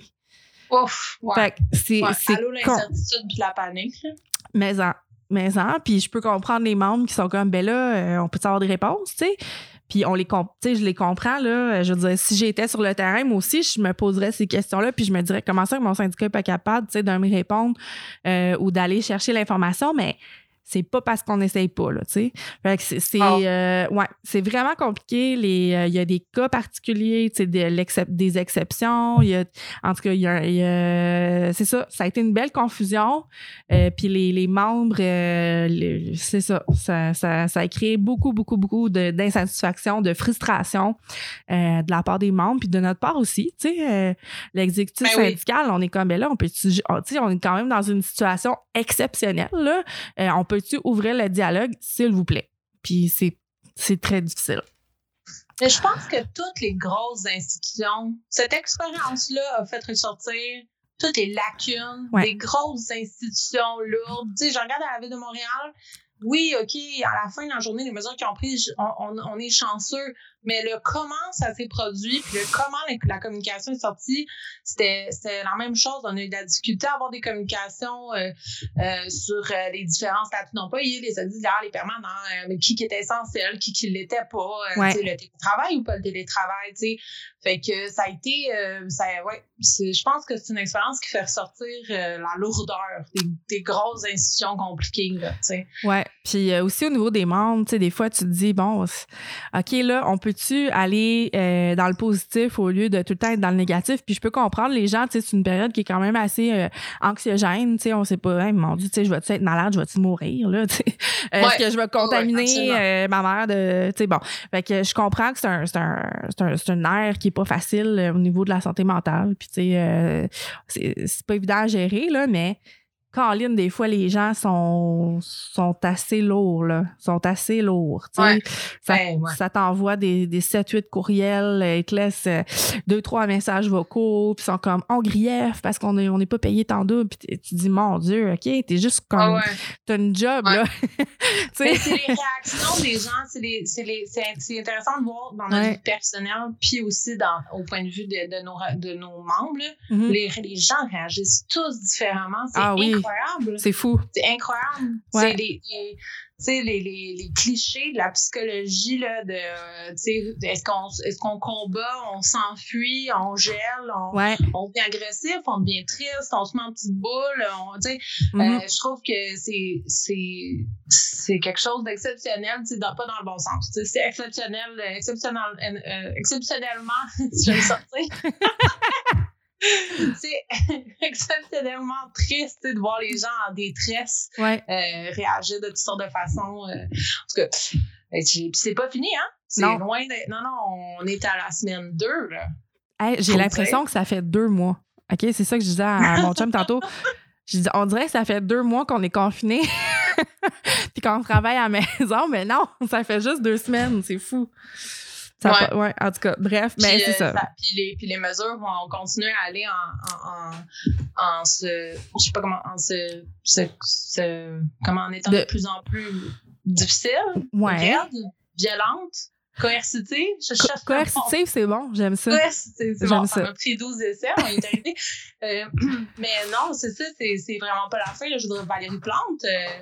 Ouf! Ouais. Fait que c'est, ouais, c'est allô, l'incertitude puis la panique, là. Mais en, mais en, puis je peux comprendre les membres qui sont comme, ben là, euh, on peut avoir des réponses, tu sais. Puis on les comp- tu sais, je les comprends, là. Je veux dire, si j'étais sur le terrain, moi aussi, je me poserais ces questions-là, puis je me dirais, comment ça que mon syndicat n'est pas capable, tu sais, de me répondre euh, ou d'aller chercher l'information, mais c'est pas parce qu'on n'essaye pas, là, tu sais. Fait que c'est, c'est, oh. euh, ouais, c'est vraiment compliqué. Les, il euh, y a des cas particuliers, tu sais, des, des exceptions. Il y a, en tout cas, il y a, y a, c'est ça, ça a été une belle confusion. Euh, puis les, les membres, euh, les, c'est ça, ça, ça, ça a créé beaucoup, beaucoup, beaucoup de, d'insatisfaction, de frustration euh, de la part des membres, puis de notre part aussi, tu sais. Euh, l'exécutif ben syndical, oui. on est comme, ben là, on peut, tu sais, on est quand même dans une situation exceptionnelle, là. Euh, on peut Peux-tu ouvrir le dialogue, s'il vous plaît? Puis c'est, c'est très difficile. Mais je pense que toutes les grosses institutions, cette expérience-là a fait ressortir toutes les lacunes ouais. des grosses institutions lourdes. Tu sais, je regarde à la Ville de Montréal, oui, OK, à la fin de la journée, les mesures qu'ils ont prises, on, on, on est chanceux, mais le comment ça s'est produit, puis le comment la, la communication est sortie, c'était, c'était la même chose. On a eu de la difficulté à avoir des communications euh, euh, sur euh, les différents statuts d'employés, les auxiliaires, les permanents, euh, qui qui était essentiel, qui qui l'était pas, euh, ouais. le télétravail ou pas le télétravail, tu sais. Fait que ça a été, euh, ça, ouais, c'est, je pense que c'est une expérience qui fait ressortir euh, la lourdeur des, des grosses institutions compliquées, là, tu sais. Ouais, puis euh, aussi au niveau des membres, tu sais, des fois, tu te dis, bon, OK, là, on peut-tu aller euh, dans le positif au lieu de tout le temps être dans le négatif? Puis je peux comprendre les gens, tu sais, c'est une période qui est quand même assez euh, anxiogène, tu sais, on sait pas, hein, mon Dieu, tu sais, je vais-tu être malade, je vais-tu mourir, là, tu sais? Euh, ouais. Est-ce que je vais contaminer ouais, euh, ma mère de, tu sais, bon. Fait que je comprends que c'est un, c'est un, c'est un, c'est un nerf qui est pas facile euh, au niveau de la santé mentale, puis tu sais, euh, c'est, c'est pas évident à gérer, là, mais Caroline, des fois, les gens sont, sont assez lourds, là. Sont assez lourds, tu sais. Ouais. Ça, ouais, ouais. ça t'envoie des, des sept huit courriels, ils te laissent deux trois messages vocaux, puis ils sont comme « on grief parce qu'on n'est on est pas payé tant double », puis tu dis « mon Dieu, OK, t'es juste comme... Ah ouais. T'as une job, ouais. là. » Mais c'est les réactions des gens, c'est, les, c'est, les, c'est, c'est intéressant de voir dans notre ouais. vie personnelle, puis aussi dans, au point de vue de, de, nos, de nos membres, là, mm-hmm. les, les gens réagissent tous différemment, c'est ah, oui. incroyable. C'est fou. C'est incroyable. Ouais. C'est les, les, les, les, les clichés de la psychologie, là, de, est-ce qu'on, est-ce qu'on combat, on s'enfuit, on gèle, on, ouais. on devient agressif, on devient triste, on se met en petite boule. On, mm-hmm. euh, je trouve que c'est, c'est, c'est quelque chose d'exceptionnel, dans, pas dans le bon sens. T'sais, c'est exceptionnel, exceptionnel euh, exceptionnellement, je vais le sortir. C'est exceptionnellement triste de voir les gens en détresse ouais. euh, réagir de toutes sortes de façons. Euh, en tout cas, c'est, c'est pas fini, hein? C'est non. loin d'être. Non, non, on est à la semaine deux, là. Hey, j'ai Faut l'impression dire. que ça fait deux mois. OK, c'est ça que je disais à mon chum tantôt. Je dis, on dirait que ça fait deux mois qu'on est confinés puis qu'on travaille à la maison, mais non, ça fait juste deux semaines. C'est fou. Ça ouais. Pas, ouais, en tout cas, bref, mais puis, c'est euh, ça. ça puis, les, puis les mesures vont continuer à aller en, en, en, en se, je sais pas comment, en se, se, se comment en étant de, de plus en plus difficile, ouais. raide, violente. coercitive. Je Co- cherche coercitive, c'est bon. J'aime ça. Coercitive, c'est J'aime bon. ça. Ça m'a pris douze essais, on est arrivé. euh, mais non, c'est ça, c'est, c'est vraiment pas la fin. Là. Je voudrais Valérie Plante. Euh,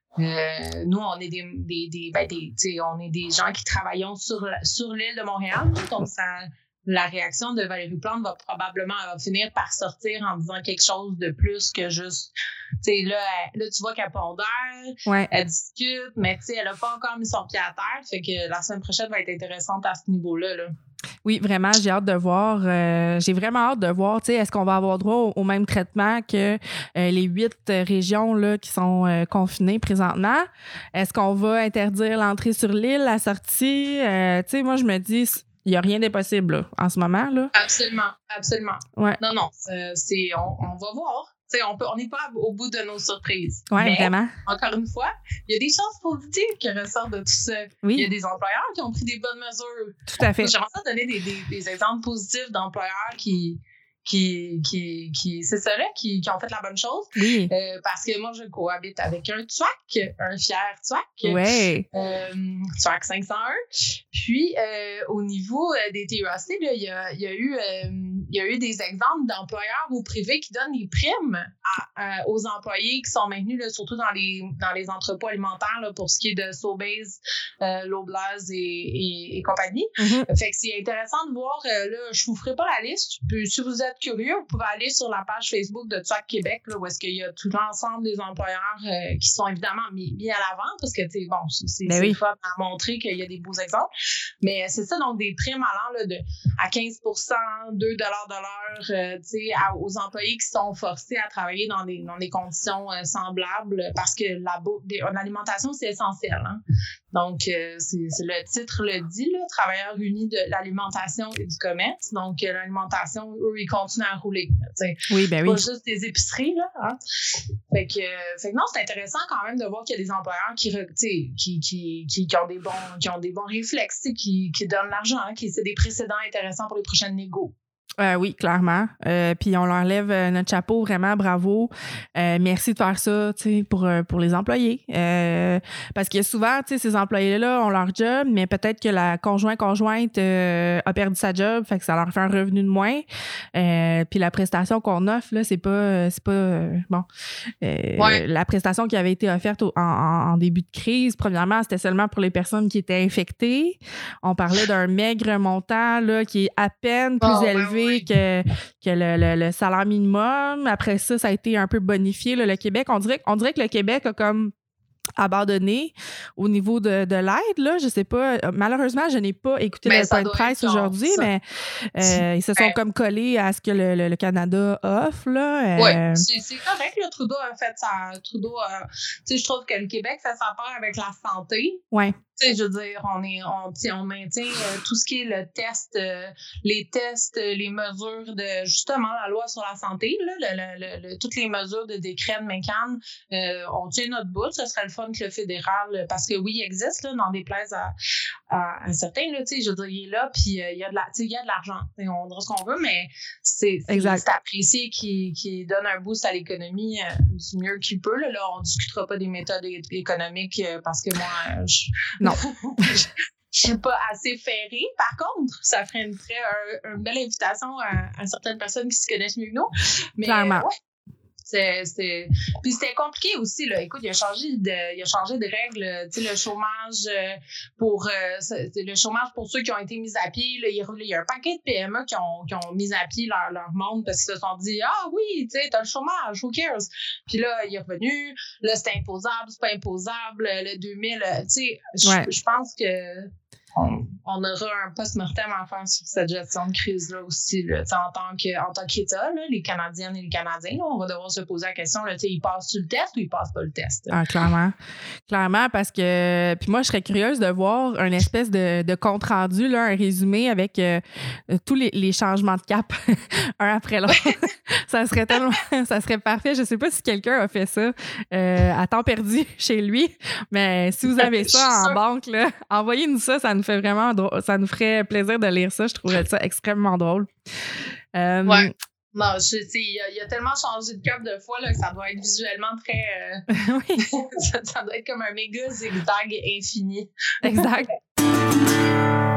Euh, nous, on est des, des, des, ben des, t'sais, on est des gens qui travaillons sur, la, sur l'île de Montréal. Donc, ça, la réaction de Valérie Plante va probablement elle va finir par sortir en disant quelque chose de plus que juste, tu sais, là, elle, là, tu vois qu'elle pondère, ouais. elle discute, mais tu sais, elle a pas encore mis son pied à terre. Fait que la semaine prochaine va être intéressante à ce niveau-là, là. Oui, vraiment, j'ai hâte de voir. Euh, j'ai vraiment hâte de voir, tu sais, est-ce qu'on va avoir droit au, au même traitement que euh, les huit euh, régions là, qui sont euh, confinées présentement? Est-ce qu'on va interdire l'entrée sur l'île, la sortie? Euh, tu sais, moi, je me dis, il n'y a rien d'impossible là, en ce moment. Là. Absolument, absolument. Ouais. Non, non, euh, c'est, on, on va voir. T'sais, on peut, on n'est pas au bout de nos surprises. Oui, mais, vraiment. Encore une fois, il y a des choses positives qui ressortent de tout ça. Oui. Il y a des employeurs qui ont pris des bonnes mesures. Tout à fait. J'aimerais ça donner des, des, des exemples positifs d'employeurs qui, qui, qui, qui c'est ça là, qui, qui ont fait la bonne chose. Oui. Euh, parce que moi, je cohabite avec un T W A C, un fier T W A C. Oui. Euh, T W A C cinq cent un. Puis, euh, au niveau euh, des T E A C, là, il y a, il y a eu, euh, il y a eu des exemples d'employeurs ou privés qui donnent des primes à, à, aux employés qui sont maintenus, là, surtout dans les, dans les entrepôts alimentaires, là, pour ce qui est de Sobeys, euh, Loblaws et, et, et compagnie. Mm-hmm. Fait que c'est intéressant de voir, euh, là, je vous ferai pas la liste. Puis, si vous êtes curieux, vous pouvez aller sur la page Facebook de T W A C Québec, là, où est-ce qu'il y a tout l'ensemble des employeurs euh, qui sont évidemment mis, mis à l'avant, parce que, tu sais, bon, c'est, c'est, ben c'est oui. le fun à montrer qu'il y a des beaux exemples. Mais c'est ça, donc des primes allant là, de, à quinze pour cent, deux dollars de l'heure, euh, tu sais, aux employés qui sont forcés à travailler dans des, dans des conditions euh, semblables, parce que la, l'alimentation, c'est essentiel. Hein? Donc, euh, c'est, c'est le titre le dit, là, Travailleurs unis de l'alimentation et du commerce. Donc, euh, l'alimentation, eux, ils continuent à rouler. T'sais. Oui, ben pas oui. juste des épiceries, là. Hein? Fait que, euh, fait que non, c'est intéressant quand même de voir qu'il y a des employeurs qui, qui, qui, qui, qui, ont des bons, qui ont des bons réflexes, qui, qui donnent l'argent, hein, qui c'est des précédents intéressants pour les prochaines négos. Euh, oui, clairement. Euh, puis on leur lève euh, notre chapeau, vraiment, bravo. Euh, merci de faire ça, tu sais, pour, euh, pour les employés. Euh, parce que souvent, tu sais, ces employés-là ont leur job, mais peut-être que la conjoint-conjointe euh, a perdu sa job, fait que ça leur fait un revenu de moins. Euh, puis la prestation qu'on offre, là, c'est pas, c'est pas, euh, bon. Euh, ouais. La prestation qui avait été offerte au, en, en, en début de crise, premièrement, c'était seulement pour les personnes qui étaient infectées. On parlait d'un maigre montant, là, qui est à peine plus oh, élevé. Ouais, ouais. que, que le, le, le salaire minimum. Après ça, ça a été un peu bonifié, là, le Québec. On dirait, on dirait que le Québec a comme abandonné au niveau de, de l'aide, là. Je sais pas. Malheureusement, je n'ai pas écouté mais le point de presse aujourd'hui, ça. mais euh, ils se sont ouais. comme collés à ce que le, le, le Canada offre, là. Oui, euh... c'est, c'est correct. Là, Trudeau a fait sa... Trudeau a... Tu sais, je trouve que le Québec fait sa part avec la santé. Oui. Tu sais, je veux dire, on est, on, on maintient euh, tout ce qui est le test, euh, les tests, euh, les mesures de, justement, la loi sur la santé, là, le, le, le, toutes les mesures de décret de mécan, euh, on tient notre bout. Ce serait le fun que le fédéral, parce que oui, il existe, là, dans des places à, à, à certains, là, tu sais, je veux dire, il est là, puis euh, il y a de la, tu sais, il y a de l'argent. On dira ce qu'on veut, mais c'est, c'est, c'est apprécié qu'il, qu'il donne un boost à l'économie euh, du mieux qu'il peut, là. Là, on discutera pas des méthodes économiques euh, parce que moi, je... Non. Je suis pas assez ferrée. Par contre, ça ferait une très un, une belle invitation à, à certaines personnes qui se connaissent mieux que nous. Mais, clairement. Ouais. C'est, c'est... Puis c'était compliqué aussi, là. Écoute, il a changé de, il a changé de règles. Tu sais, le chômage pour euh, le chômage pour ceux qui ont été mis à pied. Là, il y a un paquet de P M E qui ont, qui ont mis à pied leur, leur monde parce qu'ils se sont dit ah oui, tu sais, t'as le chômage, who cares? Puis là, il est revenu. Là, c'est imposable, c'est pas imposable. Le deux mille, tu sais, je ouais. pense que On, on aura un post-mortem à faire sur cette gestion de crise-là aussi. Là. En tant que, en tant qu'État, là, les Canadiennes et les Canadiens, là, on va devoir se poser la question, là, ils passent-tu le test ou ils passent pas le test? Ah, clairement. Clairement, parce que... Puis moi, je serais curieuse de voir un espèce de, de compte-rendu, là, un résumé avec euh, tous les, les changements de cap, un après l'autre. Ça serait tellement... Ça serait parfait. Je sais pas si quelqu'un a fait ça euh, à temps perdu chez lui, mais si vous avez ça en banque, là, envoyez-nous ça, ça nous fait vraiment drôle. Ça nous ferait plaisir de lire ça. Je trouverais ça extrêmement drôle. Euh, ouais. Non, je sais, il a, il a tellement changé de cap de fois là, que ça doit être visuellement très... Euh, oui. ça, ça doit être comme un méga zigzag infini. Exact.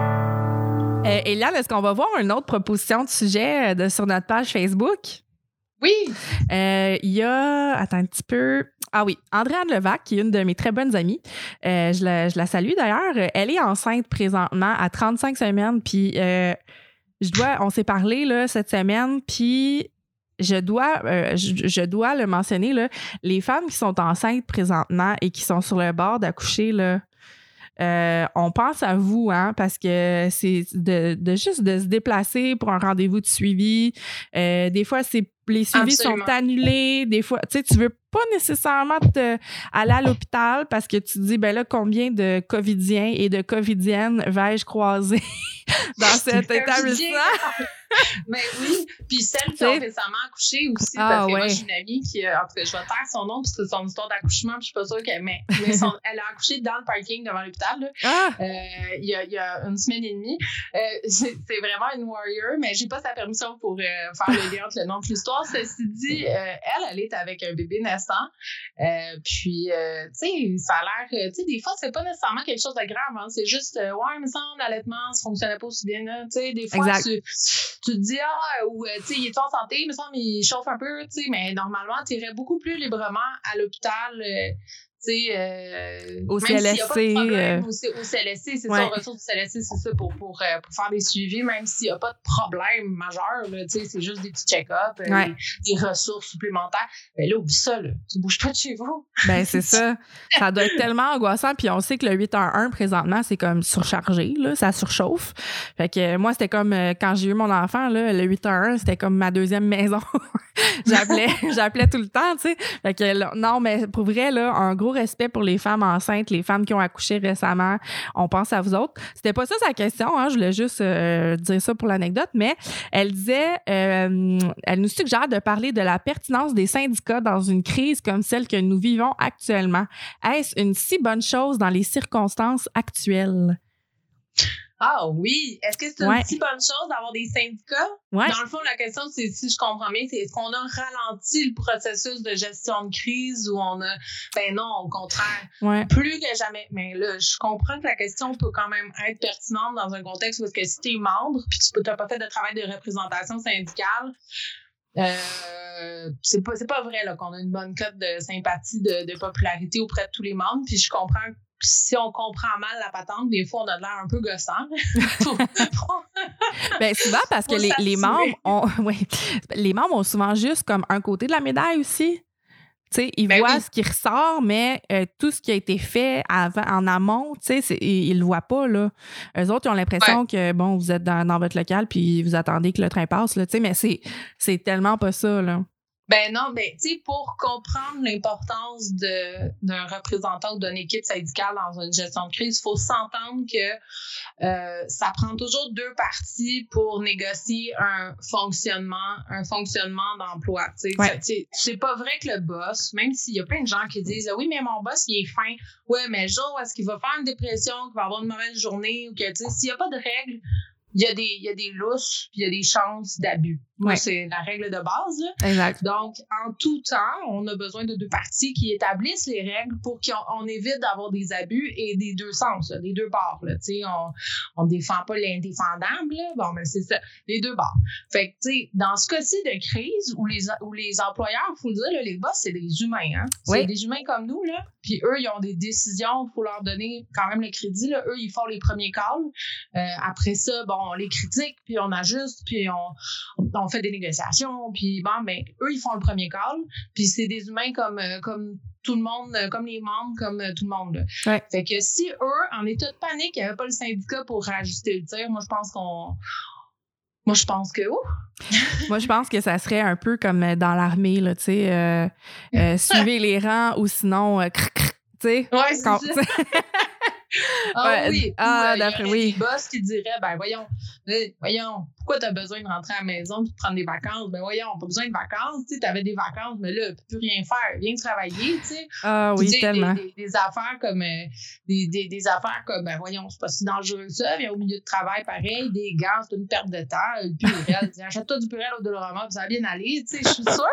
Euh, Eliane, est-ce qu'on va voir une autre proposition de sujet de, sur notre page Facebook? Oui. Euh, il y a... Attends un petit peu... Ah oui, Andréane Levac, qui est une de mes très bonnes amies. Euh, je, la, je la salue d'ailleurs. Elle est enceinte présentement à trente-cinq semaines. Puis euh, je dois... On s'est parlé là, cette semaine, puis... Je dois, euh, je, je dois le mentionner, là, les femmes qui sont enceintes présentement et qui sont sur le bord d'accoucher, là, euh, on pense à vous, hein, parce que c'est de, de juste de se déplacer pour un rendez-vous de suivi. Euh, des fois, c'est les suivis Absolument. Sont annulés. Des fois, tu sais, tu veux pas nécessairement te, aller à l'hôpital parce que tu te dis, ben là, combien de covidiens et de covidiennes vais-je croiser dans cet établissement? Mais oui, puis celles qui ont récemment accouché aussi, ah, parce que ouais. moi, j'ai une amie qui, en tout cas, je vais taire son nom parce que c'est son histoire d'accouchement, puis je suis pas sûre qu'elle, mais, mais son, elle a accouché dans le parking devant l'hôpital, là, ah. euh, il, y a, il y a une semaine et demie. Euh, c'est, c'est vraiment une warrior, mais j'ai pas sa permission pour euh, faire le lien entre le nom de l'histoire. Ceci dit, euh, elle, elle est avec un bébé naissant, euh, puis, euh, tu sais, ça a l'air, tu sais, des fois, c'est pas nécessairement quelque chose de grave, hein, c'est juste, euh, ouais, mais ça, l'allaitement, ça fonctionnait pas aussi bien, là, tu sais, des fois, exact. tu tu te dis, ah, ou, tu sais, il est en santé, mais ça, il chauffe un peu, tu sais, mais normalement, tu irais beaucoup plus librement à l'hôpital, euh, tu sais, euh, au C L S C. Problème, euh... au, C- au C L S C, c'est ouais. ça, au ressources du C L S C, c'est ça, pour, pour, euh, pour faire des suivis, même s'il n'y a pas de problème majeur, là, tu sais, c'est juste des petits check-ups, euh, ouais. des, des ressources supplémentaires. Ben là, oublie ça, là, tu bouges pas de chez vous. Ben, c'est ça. Ça doit être tellement angoissant, puis on sait que le huit un un, présentement, c'est comme surchargé, là, ça surchauffe. Fait que euh, moi, c'était comme, euh, quand j'ai eu mon enfant, là, le huit un un, c'était comme ma deuxième maison. j'appelais, j'appelais tout le temps, tu sais. Fait que, là, non, mais pour vrai, là, un gros respect pour les femmes enceintes, les femmes qui ont accouché récemment. On pense à vous autres. C'était pas ça sa question, hein, je voulais juste euh, dire ça pour l'anecdote, mais elle disait, euh, elle nous suggère de parler de la pertinence des syndicats dans une crise comme celle que nous vivons actuellement. Est-ce une si bonne chose dans les circonstances actuelles? Ah oui! Est-ce que c'est une ouais. si bonne chose d'avoir des syndicats? Ouais. Dans le fond, la question, c'est, si je comprends bien, c'est est-ce qu'on a ralenti le processus de gestion de crise ou on a... Ben non, au contraire. Ouais. Plus que jamais. Mais là, je comprends que la question peut quand même être pertinente dans un contexte où est-ce que si t'es membre puis tu n'as pas fait de travail de représentation syndicale, Euh, c'est pas c'est pas vrai là qu'on a une bonne cote de sympathie, de, de popularité auprès de tous les membres, puis je comprends que si on comprend mal la patente, des fois on a l'air un peu gossant. Ben souvent parce que les, les membres ont ouais, les membres ont souvent juste comme un côté de la médaille aussi. Tu sais, ils ben voient oui. ce qui ressort, mais euh, tout ce qui a été fait avant, en amont, tu sais, ils, ils le voient pas, là. Eux autres, ils ont l'impression ouais. que, bon, vous êtes dans, dans votre local puis vous attendez que le train passe, là, tu sais, mais c'est, c'est tellement pas ça, là. Ben non, ben tu sais, pour comprendre l'importance de d'un représentant ou d'une équipe syndicale dans une gestion de crise, il faut s'entendre que euh, ça prend toujours deux parties pour négocier un fonctionnement, un fonctionnement d'emploi. Tu sais, ouais. c'est pas vrai que le boss, même s'il y a plein de gens qui disent oui, mais mon boss il est fin, ouais, mais jour est-ce qu'il va faire une dépression, qu'il va avoir une mauvaise journée ou que tu sais, s'il y a pas de règles, il y a des il y a des lousses puis il y a des chances d'abus. Moi, ouais. c'est la règle de base, là. Exact. Donc, en tout temps, on a besoin de deux parties qui établissent les règles pour qu'on on évite d'avoir des abus et des deux sens, là, des deux bords, là. Tu sais, on on défend pas l'indéfendable, là. Bon, ben c'est ça, les deux bords. Fait que, tu sais, dans ce cas-ci de crise où les où les employeurs, faut le dire, là, les boss, c'est des humains, hein. C'est oui. des humains comme nous, là. Puis eux, ils ont des décisions, faut leur donner quand même le crédit, là. Eux, ils font les premiers calls. Euh, après ça, bon, on les critique, puis on ajuste, puis on, on fait des négociations, puis bon, ben, eux, ils font le premier call, puis c'est des humains comme, euh, comme tout le monde, euh, comme les membres, comme euh, tout le monde. Là. Ouais. Fait que si eux, en état de panique, il n'y avait pas le syndicat pour rajuster le tir, moi, je pense qu'on... Moi, je pense que... Oh. Moi, je pense que ça serait un peu comme dans l'armée, là, tu sais, euh, euh, suivez les rangs ou sinon, euh, crc, crc, tu sais. Ouais, c'est quand, ça. Ah ouais, oui, ah, ou, d'après, il y aurait oui. des boss qui diraient, ben voyons, voyons, pourquoi t'as besoin de rentrer à la maison et de prendre des vacances? Ben voyons, pas besoin de vacances, tu sais, t'avais des vacances, mais là, tu peux plus rien faire, viens travailler, tu sais. Ah oui, tu tellement. Des, des, des affaires comme, euh, des, des, des affaires comme, ben voyons, c'est pas si dangereux que ça, viens au milieu de travail, pareil, des gants, c'est une perte de temps, le purel, achète-toi du purel au Dolorama, puis ça va bien aller, tu sais, je suis sûre.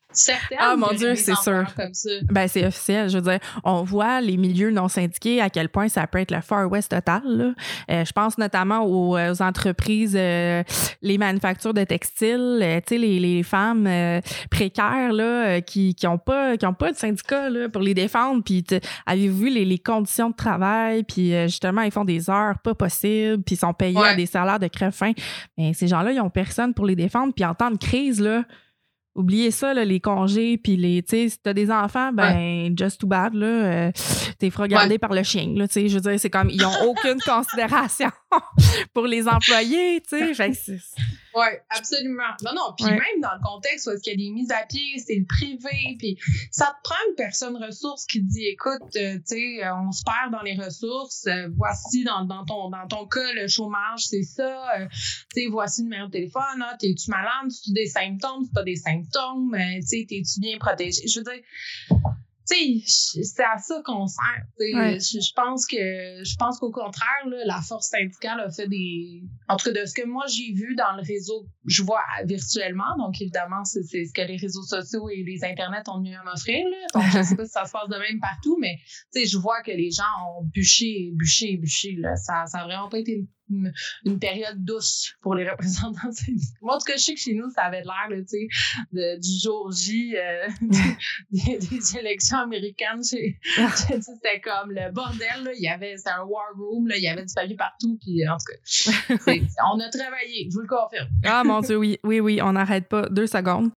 certaines. Ah mon Dieu, c'est sûr. Comme ça. Ben, c'est officiel. Je veux dire, on voit les milieux non syndiqués, à quel point ça peut être le Far West total, là. Euh, je pense notamment aux, aux entreprises, euh, les manufactures de textiles, euh, tu sais, les, les femmes euh, précaires, là, euh, qui qui ont pas qui ont pas de syndicat, là, pour les défendre. Puis, avez-vous vu les, les conditions de travail? Puis, euh, justement, ils font des heures pas possibles, puis ils sont payés ouais. à des salaires de crève-faim. Mais ces gens-là, ils ont personne pour les défendre. Puis, en temps de crise, là, oubliez ça, là, les congés, puis les, tu sais, si t'as des enfants, ben, ouais. just too bad, là, euh, t'es regardé ouais. par le chien, là, tu sais, je veux dire, c'est comme, ils ont aucune considération pour les employés, tu sais, fait que c'est... Oui, absolument. Non, non, puis ouais. même dans le contexte où est-ce qu'il y a des mises à pied, c'est le privé, puis ça te prend une personne ressource qui dit, écoute, euh, tu sais, on se perd dans les ressources, euh, voici dans, dans, ton, dans ton cas, le chômage, c'est ça, euh, tu sais, voici le numéro de téléphone, ah, t'es-tu malade, tu des symptômes, c'est pas des symptômes, euh, tu sais, t'es-tu bien protégé? Je veux dire... Tu sais, c'est à ça qu'on sert. Ouais. Je, je pense que je pense qu'au contraire, là, la force syndicale a fait des... En tout cas, de ce que moi j'ai vu dans le réseau, je vois virtuellement, donc évidemment, c'est, c'est ce que les réseaux sociaux et les internets ont mieux à m'offrir. Là. Donc, je sais pas si ça se passe de même partout, mais je vois que les gens ont bûché, bûché, bûché. Là. Ça n'a vraiment pas été une Une, une période douce pour les représentants syndicaux. Moi, en tout cas, je sais que chez nous, ça avait l'air, tu sais, de, du jour J euh, des, des élections américaines. C'était comme le bordel, là. Il y avait, c'était un war room, là. Il y avait du papier partout, puis en tout cas, on a travaillé, je vous le confirme. Ah, mon Dieu, oui, oui, oui, on n'arrête pas. Deux secondes.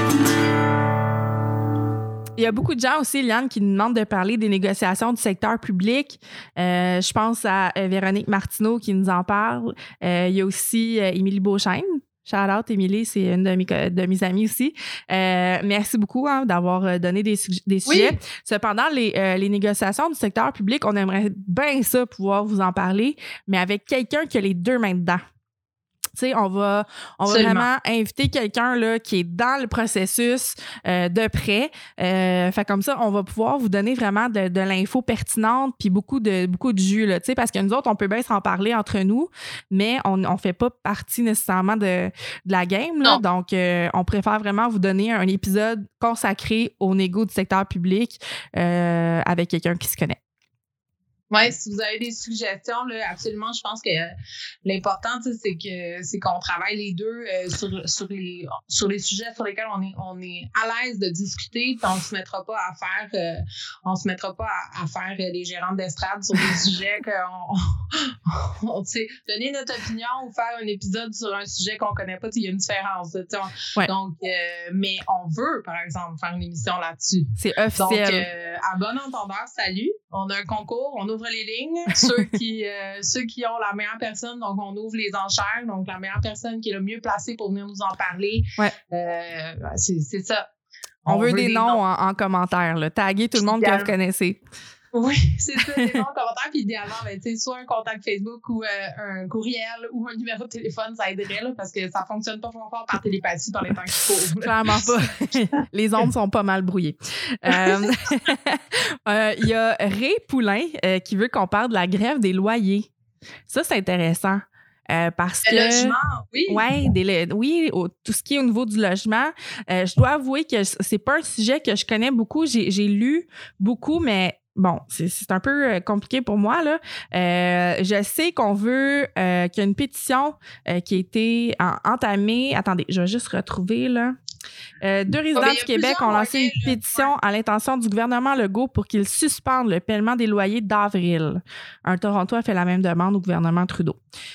Il y a beaucoup de gens aussi, Liane, qui nous demandent de parler des négociations du secteur public. Euh, je pense à euh, Véronique Martineau qui nous en parle. Euh, il y a aussi euh, Émilie Beauchesne. Shout out, Émilie, c'est une de mes, de mes amies aussi. Euh, merci beaucoup hein, d'avoir donné des, des sujets. Oui. Cependant, les, euh, les négociations du secteur public, on aimerait bien ça pouvoir vous en parler, mais avec quelqu'un qui a les deux mains dedans. Tu sais, on va, on va vraiment inviter quelqu'un là, qui est dans le processus euh, de près. Euh, fait comme ça, on va pouvoir vous donner vraiment de, de l'info pertinente puis beaucoup de, beaucoup de jus. Là, parce que nous autres, on peut bien s'en parler entre nous, mais on ne fait pas partie nécessairement de, de la game. Là, donc, euh, on préfère vraiment vous donner un épisode consacré au négo du secteur public euh, avec quelqu'un qui se connaît. Oui, si vous avez des suggestions, là, absolument, je pense que euh, l'important, c'est que c'est qu'on travaille les deux euh, sur, sur les sur les sujets sur lesquels on est on est à l'aise de discuter, puis on se mettra pas à faire euh, on se mettra pas à, à faire euh, les gérantes d'estrade sur des sujets qu'on on, on tu sais donner notre opinion ou faire un épisode sur un sujet qu'on connaît pas, il y a une différence. On, ouais. Donc, euh, mais on veut, par exemple, faire une émission là-dessus. C'est officiel. Donc, euh, à bon entendeur, salut. On a un concours, on ouvre les lignes. Ceux qui, euh, ceux qui ont la meilleure personne, donc on ouvre les enchères. Donc, la meilleure personne qui est le mieux placée pour venir nous en parler. Ouais. Euh, c'est, c'est ça. On, on veut, veut des, des noms, noms. En, en commentaire. Là. Taguez tout le monde que vous connaissez. Oui, c'est ça, des noms en commentaire. Puis idéalement, ben, soit un contact Facebook ou euh, un courriel ou un numéro de téléphone, ça aiderait là, parce que ça fonctionne pas fort par télépathie dans les temps qu'il faut. Clairement pas. Les ondes sont pas mal brouillées. Il euh, euh, y a Ray Poulain euh, qui veut qu'on parle de la grève des loyers. Ça, c'est intéressant. Euh, parce le que logement, oui. Ouais, des, oui, au, tout ce qui est au niveau du logement. Euh, je dois avouer que c'est pas un sujet que je connais beaucoup. J'ai, j'ai lu beaucoup, mais bon, c'est, c'est un peu compliqué pour moi, là. Euh, je sais qu'on veut euh, qu'il y a une pétition euh, qui a été en, entamée. Attendez, je vais juste retrouver, là. Euh, deux résidents oh, du Québec ont lancé une pétition à l'intention du gouvernement Legault pour qu'il suspende le paiement des loyers d'avril. Un Torontois a fait la même demande au gouvernement Trudeau.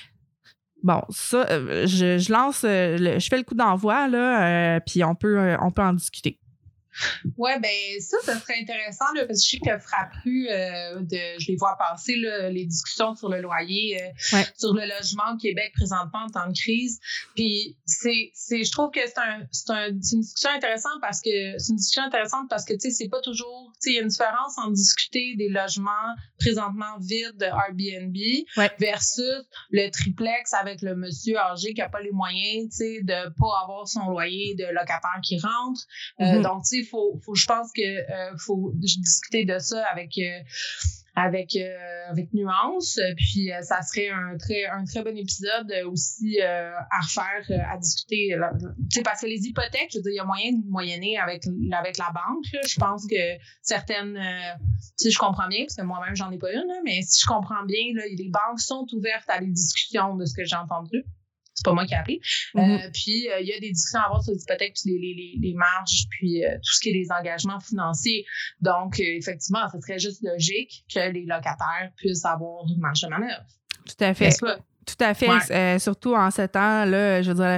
Bon, ça, euh, je, je lance, euh, le, je fais le coup d'envoi, là, euh, puis on peut, euh, on peut en discuter. Ouais, ben ça, ça serait intéressant, là, parce que je sais que Frappru, euh, de, je les vois passer, là, les discussions sur le loyer, euh, ouais. sur le logement au Québec présentement en temps de crise. Puis c'est, c'est, je trouve que c'est un, c'est un, c'est une discussion intéressante parce que c'est une discussion intéressante parce que tu sais, c'est pas toujours, tu sais, il y a une différence entre discuter des logements présentement vides de Airbnb ouais. versus le triplex avec le monsieur âgé qui a pas les moyens, tu sais, de pas avoir son loyer de locataire qui rentre. Euh, mm-hmm. Donc tu sais, faut, faut, je pense que euh, faut discuter de ça avec euh, avec euh, avec nuance. Puis euh, ça serait un très un très bon épisode aussi euh, à refaire, euh, à discuter. Tu sais, parce que les hypothèques, je veux dire, il y a moyen de moyenner avec avec la banque. Là. Je pense que certaines, euh, si je comprends bien, parce que moi-même j'en ai pas une, là, mais si je comprends bien, là, les banques sont ouvertes à des discussions de ce que j'ai entendu. C'est pas moi qui ai appelé. Mm-hmm. Euh, puis, il euh, y a des discussions à avoir sur les hypothèques, puis les, les, les marges, puis euh, tout ce qui est les engagements financiers. Donc, euh, effectivement, ce serait juste logique que les locataires puissent avoir une marge de manœuvre. Tout à fait. Tout à fait. Ouais. Euh, surtout en ce temps-là, je veux dire,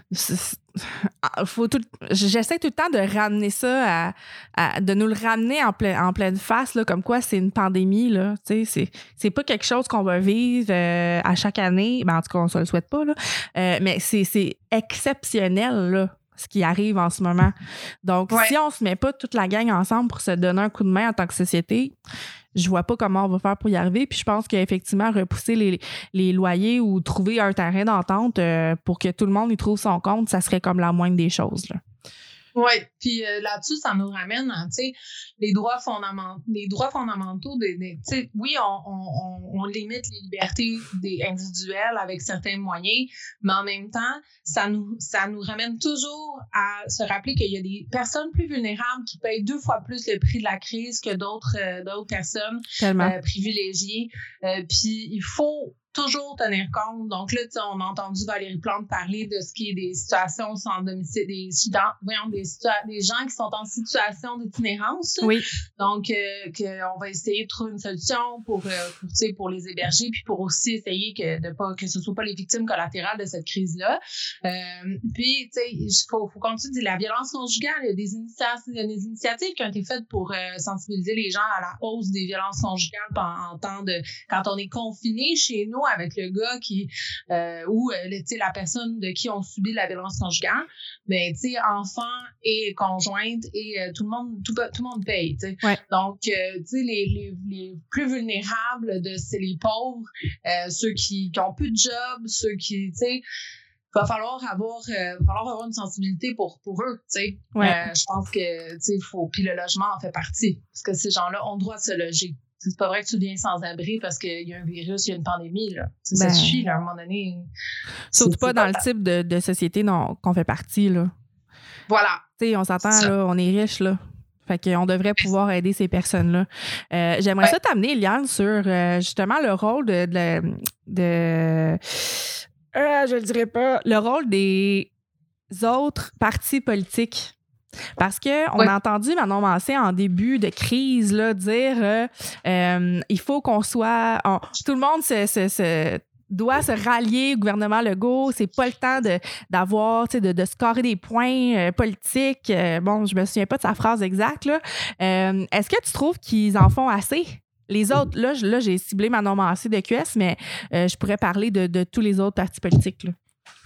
faut tout, j'essaie tout le temps de ramener ça, à, à, de nous le ramener en, plein, en pleine face, là, comme quoi c'est une pandémie. Là, c'est, c'est pas quelque chose qu'on va vivre euh, à chaque année. Ben, en tout cas, on ne se le souhaite pas. Là. Euh, mais c'est, c'est exceptionnel, là, ce qui arrive en ce moment. Donc, ouais. si on se met pas toute la gang ensemble pour se donner un coup de main en tant que société, je vois pas comment on va faire pour y arriver. Puis je pense qu'effectivement, repousser les, les loyers ou trouver un terrain d'entente euh, pour que tout le monde y trouve son compte, ça serait comme la moindre des choses, là. Oui, puis euh, là-dessus, ça nous ramène à, tu sais, les droits fondamentaux, les droits fondamentaux, des, des, tu sais, oui, on, on, on limite les libertés des individuelles avec certains moyens, mais en même temps, ça nous, ça nous ramène toujours à se rappeler qu'il y a des personnes plus vulnérables qui payent deux fois plus le prix de la crise que d'autres, euh, d'autres personnes euh, privilégiées. Euh, puis il faut toujours tenir compte. Donc là, tu sais, on a entendu Valérie Plante parler de ce qui est des situations sans domicile, des, voyons, des, situa- des gens qui sont en situation d'itinérance. Oui. Donc, euh, qu'on va essayer de trouver une solution pour, euh, pour, tu sais, pour les héberger, puis pour aussi essayer que, de pas, que ce soit pas les victimes collatérales de cette crise-là. Euh, puis, tu sais, il faut, faut continuer de dire la violence conjugale. Il y a des initiatives, il y a des initiatives qui ont été faites pour euh, sensibiliser les gens à la hausse des violences conjugales en, en temps de, quand on est confiné chez nous avec le gars qui euh, ou euh, tu sais la personne de qui on subit la violence conjugale, mais tu sais enfant et conjointe et euh, tout le monde tout, tout le monde paye, tu sais. Ouais. Donc euh, tu sais les, les les plus vulnérables de c'est les pauvres, euh, ceux qui qui ont plus de job, ceux qui tu sais va falloir avoir euh, va falloir avoir une sensibilité pour pour eux, tu sais. Ouais. Euh, je pense que tu sais faut puis le logement en fait partie parce que ces gens-là ont le droit de se loger. C'est pas vrai que tu deviens sans-abri parce qu'il y a un virus, il y a une pandémie. Là. Ben, ça suffit, là, à un moment donné. Surtout c'est, pas c'est dans pas le ta... type de, de société dont, qu'on fait partie. Là. Voilà. Tu sais, on s'entend, là, on est riche, là. Fait qu'on devrait pouvoir aider ces personnes-là. Euh, j'aimerais ouais. ça t'amener, Eliane, sur euh, justement le rôle de... de, de euh, je le dirais pas. Le rôle des autres partis politiques. Parce qu'on oui. a entendu Manon Massé en début de crise là, dire euh, euh, il faut qu'on soit... On, tout le monde se, se, se, doit se rallier au gouvernement Legault. C'est pas le temps de, d'avoir, de, de scorer des points euh, politiques. Euh, bon, je me souviens pas de sa phrase exacte. Là. Euh, est-ce que tu trouves qu'ils en font assez? Les autres, là, là j'ai ciblé Manon Massé de Q S, mais euh, je pourrais parler de, de tous les autres partis politiques. Là.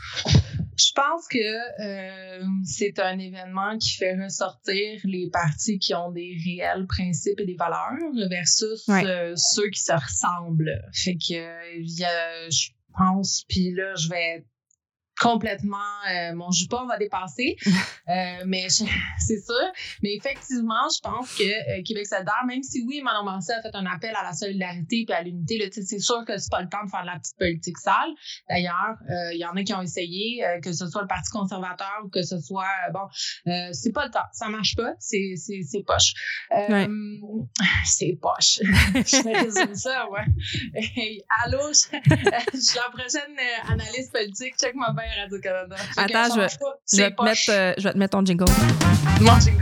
Je pense que euh, c'est un événement qui fait ressortir les partis qui ont des réels principes et des valeurs versus ouais. euh, ceux qui se ressemblent. Fait que euh, y a, je pense, puis là, je vais complètement, euh, mon jupon va dépasser, euh, mais je, c'est sûr. Mais effectivement, je pense que euh, Québec solidaire, même si oui, Manon Massé a fait un appel à la solidarité et à l'unité, là, c'est sûr que c'est pas le temps de faire de la petite politique sale. D'ailleurs, il euh, y en a qui ont essayé, euh, que ce soit le Parti conservateur ou que ce soit, euh, bon, euh, c'est pas le temps. Ça marche pas. C'est, c'est, c'est poche. Euh, ouais. C'est poche. Je résume ça, ouais. Hey, allô, je, je suis la prochaine euh, analyste politique. Check ma bien Radio-Canada. Attends, je vais, je, vais te mettre, euh, je vais te mettre ton jingle. Mon jingle?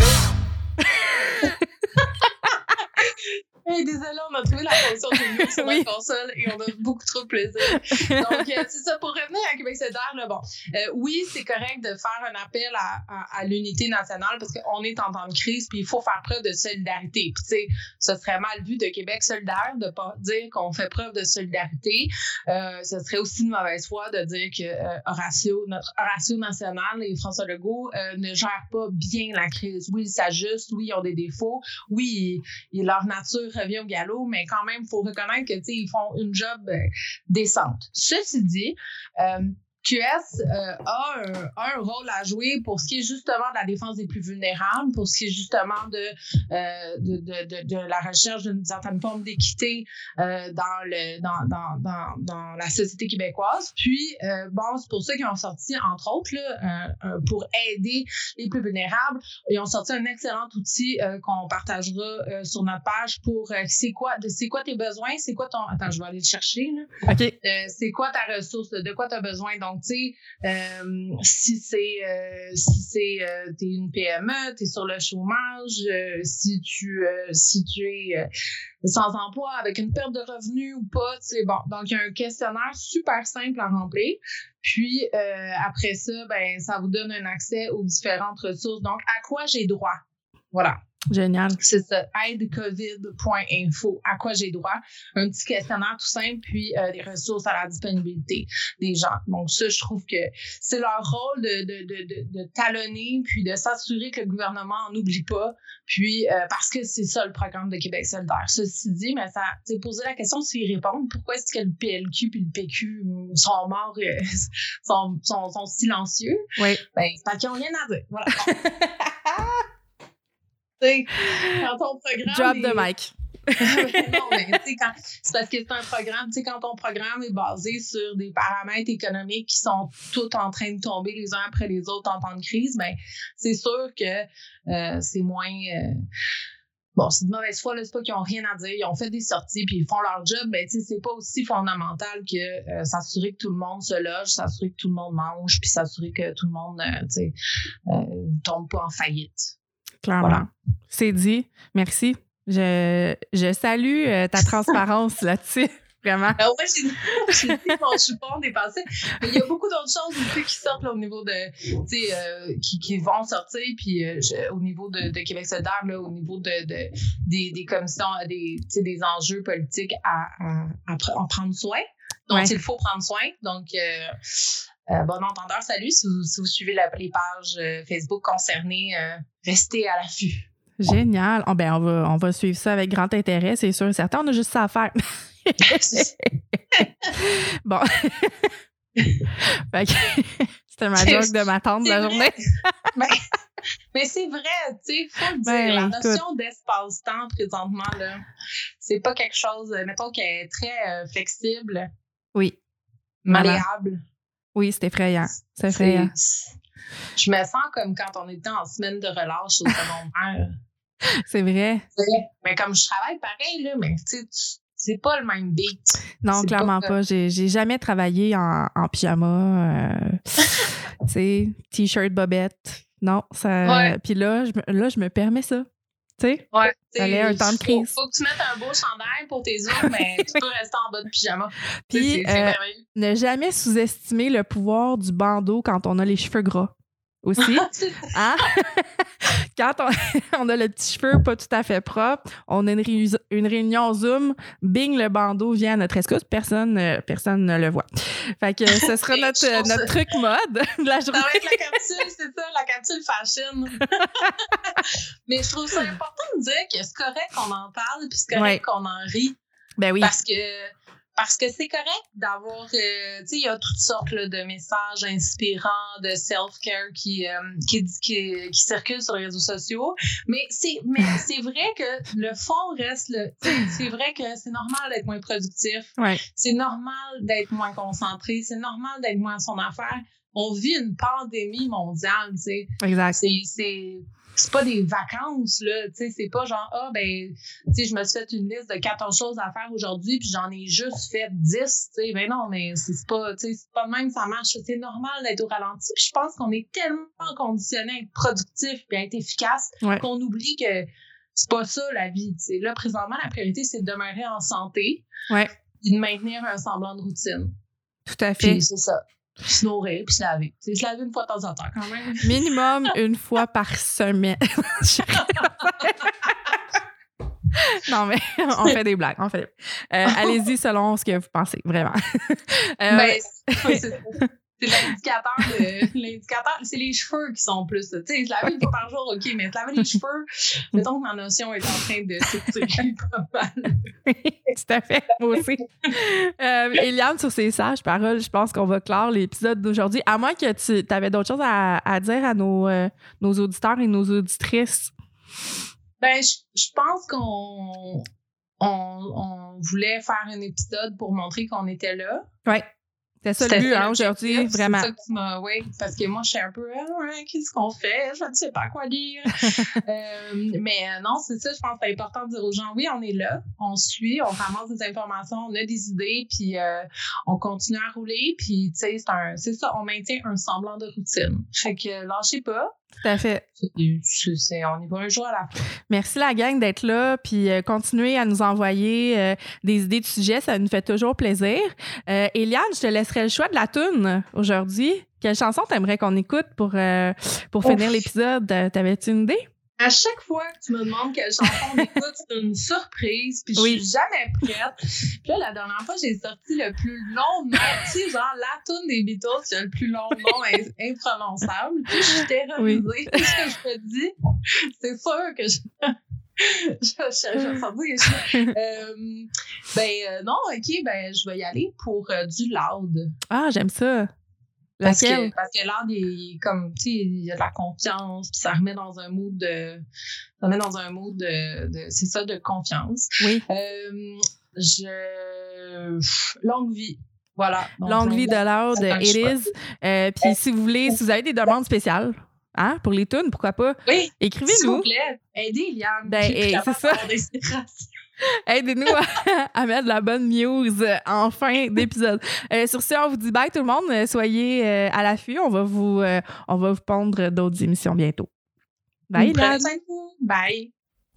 Hey, désolé, on a trouvé la fonction de sur oui. notre console et on a beaucoup trop de plaisir. Donc, euh, c'est ça. Pour revenir à Québec solidaire, là, bon, euh, oui, c'est correct de faire un appel à, à, à l'unité nationale parce qu'on est en temps de crise puis il faut faire preuve de solidarité. Puis, tu sais, ce serait mal vu de Québec solidaire de pas dire qu'on fait preuve de solidarité. Euh, ce serait aussi de mauvaise foi de dire que euh, Horacio, notre Horacio national et François Legault euh, ne gèrent pas bien la crise. Oui, ils s'ajustent. Oui, ils ont des défauts. Oui, ils, leur nature revient au galop, mais quand même, il faut reconnaître que, tu sais, ils font une job euh, décente. Ceci dit, euh, Q S euh, a, un, a un rôle à jouer pour ce qui est justement de la défense des plus vulnérables, pour ce qui est justement de, euh, de, de, de, de la recherche d'une certaine forme d'équité euh, dans, le, dans, dans, dans, dans la société québécoise. Puis, euh, bon, c'est pour ça qu'ils ont sorti, entre autres, là, euh, euh, pour aider les plus vulnérables, ils ont sorti un excellent outil euh, qu'on partagera euh, sur notre page pour euh, c'est quoi, c'est quoi tes besoins, c'est quoi ton... Attends, je vais aller le chercher, là. OK. Euh, c'est quoi ta ressource, de quoi tu as besoin. Donc, tu sais, euh, si c'est, euh, si c'est, euh, t'es une P M E, t'es sur le chômage, euh, si tu, euh, si tu es euh, sans emploi, avec une perte de revenus ou pas, tu sais, bon. Donc, il y a un questionnaire super simple à remplir. Puis, euh, après ça, ben, ça vous donne un accès aux différentes ressources. Donc, à quoi j'ai droit? Voilà. Génial. C'est ça, aide covid point info, à quoi j'ai droit. Un petit questionnaire tout simple, puis euh, des ressources à la disponibilité des gens. Donc ça, je trouve que c'est leur rôle de, de, de, de, de talonner, puis de s'assurer que le gouvernement n'oublie pas, puis euh, parce que c'est ça le programme de Québec solidaire. Ceci dit, mais ça, c'est poser la question s'ils répondent. Pourquoi est-ce que le P L Q puis le P Q sont morts, euh, sont, sont, sont silencieux? Oui. Ben, c'est parce qu'ils n'ont rien à dire. Voilà. T'sais, quand ton programme Drop est... the mic. non, mais tu sais, quand... c'est parce que c'est un programme, tu sais, quand ton programme est basé sur des paramètres économiques qui sont tous en train de tomber les uns après les autres en temps de crise, ben, c'est sûr que euh, c'est moins... Euh... Bon, c'est de mauvaise foi, là, c'est pas qu'ils ont rien à dire, ils ont fait des sorties puis ils font leur job, ben, tu sais, c'est pas aussi fondamental que euh, s'assurer que tout le monde se loge, s'assurer que tout le monde mange, puis s'assurer que tout le monde, euh, tu sais, euh, tombe pas en faillite. Clairement. Voilà. C'est dit. Merci. Je, je salue euh, ta transparence là-dessus. Vraiment. Alors, moi, j'ai, j'ai dit mon jupon dépassé. Mais il y a beaucoup d'autres choses aussi qui sortent là, au niveau de. Tu sais, euh, qui, qui vont sortir. Puis euh, je, au niveau de, de Québec solidaire, là, au niveau de, de, des, des commissions, des, des enjeux politiques à, à, à, à prendre soin. Donc, ouais. Il faut prendre soin. Donc, euh, Euh, bon entendeur, salut. Si vous, si vous suivez la, les pages euh, Facebook concernées, euh, restez à l'affût. Génial. Oh, ben, on va, on va suivre ça avec grand intérêt, c'est sûr et certain. On a juste ça à faire. Bon. Fait que, c'était ma joke de m'attendre de la journée. mais, mais c'est vrai, tu sais, faut le dire. Ben, la notion écoute. d'espace-temps présentement, là, c'est pas quelque chose, mettons, qui est très euh, flexible. Oui. Malléable. Oui, c'est effrayant. C'est effrayant. C'est, je me sens comme quand on était en semaine de relâche au secondaire. C'est vrai. C'est vrai. Mais comme je travaille pareil, là, mais tu sais, c'est pas le même beat. Non, c'est clairement pas. pas. J'ai, j'ai jamais travaillé en, en pyjama. Euh, tu sais, t-shirt, bobette. Non, ça. Ouais. Puis là, je, là, je me permais ça. Tu sais? Ouais. Ça allait un temps de crise. Faut, faut que tu mettes un beau chandail pour tes os, mais tu peux rester en bas de pyjama. Puis, euh, ne jamais sous-estimer le pouvoir du bandeau quand on a les cheveux gras. Aussi. Hein? Quand on, on a le petit cheveu pas tout à fait propre, on a une, réu- une réunion Zoom, bing, le bandeau vient à notre escousse, personne, euh, personne ne le voit. Fait que ce sera notre, notre truc mode de la journée. Ça va être la capsule, c'est ça, la capsule fashion. Mais je trouve ça important de dire que c'est correct qu'on en parle, puis c'est correct ouais. qu'on en rit. Ben oui. Parce que Parce que c'est correct d'avoir, euh, tu sais, il y a toutes sortes là, de messages inspirants, de self-care qui, euh, qui, qui, qui circulent sur les réseaux sociaux. Mais c'est, mais c'est vrai que le fond reste, le, c'est vrai que c'est normal d'être moins productif. Ouais. C'est normal d'être moins concentré. C'est normal d'être moins à son affaire. On vit une pandémie mondiale, tu sais. Exact. C'est, c'est, c'est pas des vacances, là, tu sais, c'est pas genre, ah, ben, tu sais, je me suis fait une liste de quatorze choses à faire aujourd'hui, puis j'en ai juste fait dix, tu sais, ben non, mais c'est, c'est pas, tu sais, c'est pas de même que ça marche, c'est normal d'être au ralenti, puis je pense qu'on est tellement conditionné à être productif puis à être efficace ouais. qu'on oublie que c'est pas ça, la vie, tu sais. Là, présentement, la priorité, c'est de demeurer en santé, ouais. et de maintenir un semblant de routine. Tout à fait. Puis c'est ça. Puis se nourrir, puis se laver. C'est se laver une fois de temps en temps, quand même. Minimum une fois par semaine. Non, mais on fait des blagues. On fait des... Euh, allez-y selon ce que vous pensez, vraiment. euh, ben, c'est ça. C'est l'indicateur de. L'indicateur, c'est les cheveux qui sont plus. Tu sais, se laver une fois par jour, OK, mais se laver les cheveux, mettons que ma notion est en train de s'étirer pas mal. Tout à fait, moi aussi. euh, Éliane, sur ces sages paroles, je pense qu'on va clore l'épisode d'aujourd'hui. À moins que tu avais d'autres choses à, à dire à nos, euh, nos auditeurs et nos auditrices. Ben, je, je pense qu'on on, on voulait faire un épisode pour montrer qu'on était là. Oui. C'est ça le but, hein, aujourd'hui, vraiment. C'est ça que tu m'as, oui, parce que moi, je suis un peu, ah, ouais, qu'est-ce qu'on fait? Je ne sais pas quoi dire. euh, mais euh, non, c'est ça, je pense que c'est important de dire aux gens, oui, on est là, on suit, on ramasse des informations, on a des idées, puis euh, on continue à rouler, puis tu sais, c'est, un, c'est ça, on maintient un semblant de routine. Fait que lâchez pas. Tout à fait. C'est, c'est, on y va un jour à la fois. Merci la gang d'être là, puis euh, continuez à nous envoyer euh, des idées de sujets, ça nous fait toujours plaisir. Euh, Éliane, je te laisserai le choix de la toune aujourd'hui. Quelle chanson t'aimerais qu'on écoute pour, euh, pour finir l'épisode? T'avais-tu une idée? À chaque fois que tu me demandes quelle chanson on écoute, c'est une surprise, puis je oui. suis jamais prête. Puis là, la dernière fois, j'ai sorti le plus long nom, tu sais, genre la toune des Beatles, qui a le plus long nom imprononçable. Puis je suis terrorisée. Oui. Puis je me dis, c'est sûr que je... je, je, je vais s'en dire. Je, euh, ben euh, non, OK, ben je vais y aller pour euh, du loud. Ah, j'aime ça. Parce que, parce que l'art, il est comme, tu sais, il y a de la confiance, puis ça remet dans un mood de, ça remet dans un mood de, de c'est ça, de confiance. Oui. Euh, je, longue vie. Voilà. Donc, longue vie de Loud, It Is. Euh, puis si vous voulez, si vous avez des demandes spéciales, hein, pour les tunes, pourquoi pas? Oui. Écrivez-nous. S'il vous plaît, aidez Liam. Ben, hey, c'est ça. Aidez-nous à, à mettre de la bonne news en fin d'épisode. Euh, sur ce, on vous dit bye tout le monde. Soyez euh, à l'affût. On va vous, euh, on va vous pondre d'autres émissions bientôt. Bye, Liam. Bye.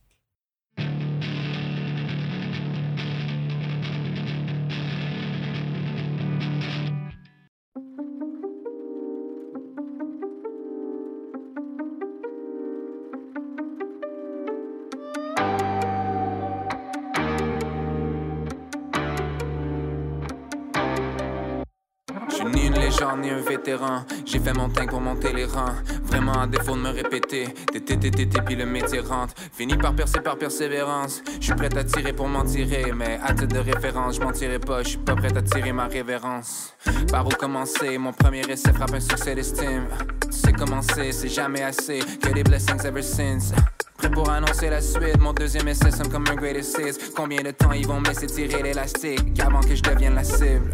Ni une légende, ni un vétéran. J'ai fait mon teint pour monter les rangs. Vraiment à défaut de me répéter. Tété, tété, tété, puis le métier rentre. Fini par percer par persévérance. Je suis prêt à tirer pour m'en tirer. Mais à titre de référence, je m'en tirerai pas. Je suis pas prêt à tirer ma révérence. Par où commencer? Mon premier essai frappe un succès d'estime. Tu sais comment c'est, c'est jamais assez. Que des blessings ever since. Prêt pour annoncer la suite. Mon deuxième essai sonne comme un greatest hits. Combien de temps ils vont me laisser tirer l'élastique avant que je devienne la cible?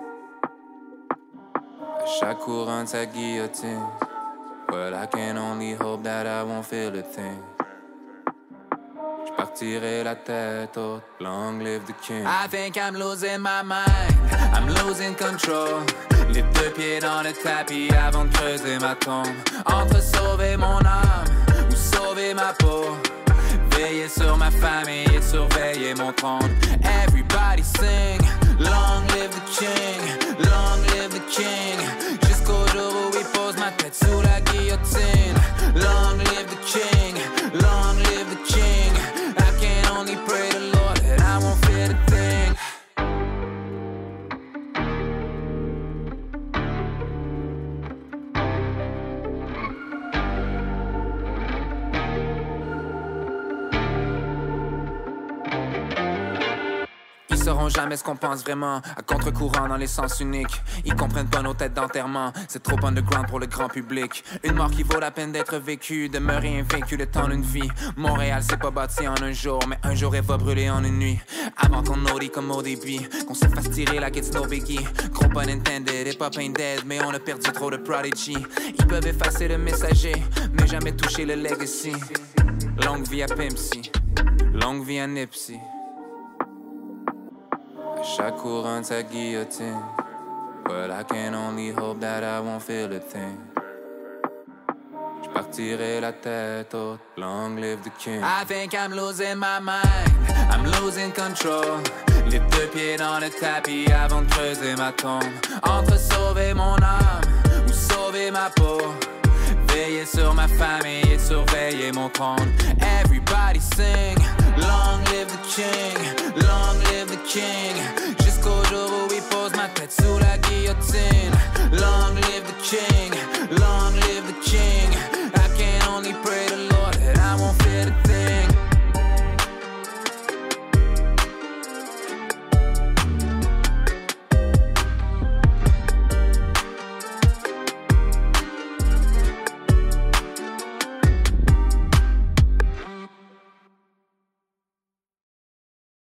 Chaque courant de sa guillotine. Well, I can only hope that I won't feel a thing. J'partirai la tête haute, long live the king. I think I'm losing my mind, I'm losing control. Les deux pieds dans le tapis avant de creuser ma tombe. Entre sauver mon âme ou sauver ma peau. Veiller sur ma famille et surveiller mon trône. Everybody sing, long live the king, long live the king. Jusqu'au jour où il pose ma tête sous la guillotine. Long live the king, long live the king. I can only pray to the Lord that I won't fear a thing. Ils sauront jamais ce qu'on pense vraiment, à contre-courant dans les sens uniques. Ils comprennent pas nos têtes d'enterrement, c'est trop underground pour le grand public. Une mort qui vaut la peine d'être vécue, demeurer invaincu le temps d'une vie. Montréal c'est pas bâti en un jour, mais un jour elle va brûler en une nuit. Avant qu'on audit comme au début, qu'on se fasse tirer like it's no biggie. Gros pun intended, hip hop ain't dead, mais on a perdu trop de prodigy. Ils peuvent effacer le messager, mais jamais toucher le legacy. Longue vie à Pimp C, longue vie à Nipsey. Chaque courant de sa guillotine. Well, I can only hope that I won't feel a thing. J'partirai la tête haute, long live the king. I think I'm losing my mind, I'm losing control. Les deux pieds dans le tapis avant de creuser ma tombe. Entre sauver mon âme ou sauver ma peau. Veiller sur ma famille et surveiller mon trône. Everybody sing, long live the king, long live the king. Jusqu'au jour où il pose ma tête sous la guillotine. Long live the king.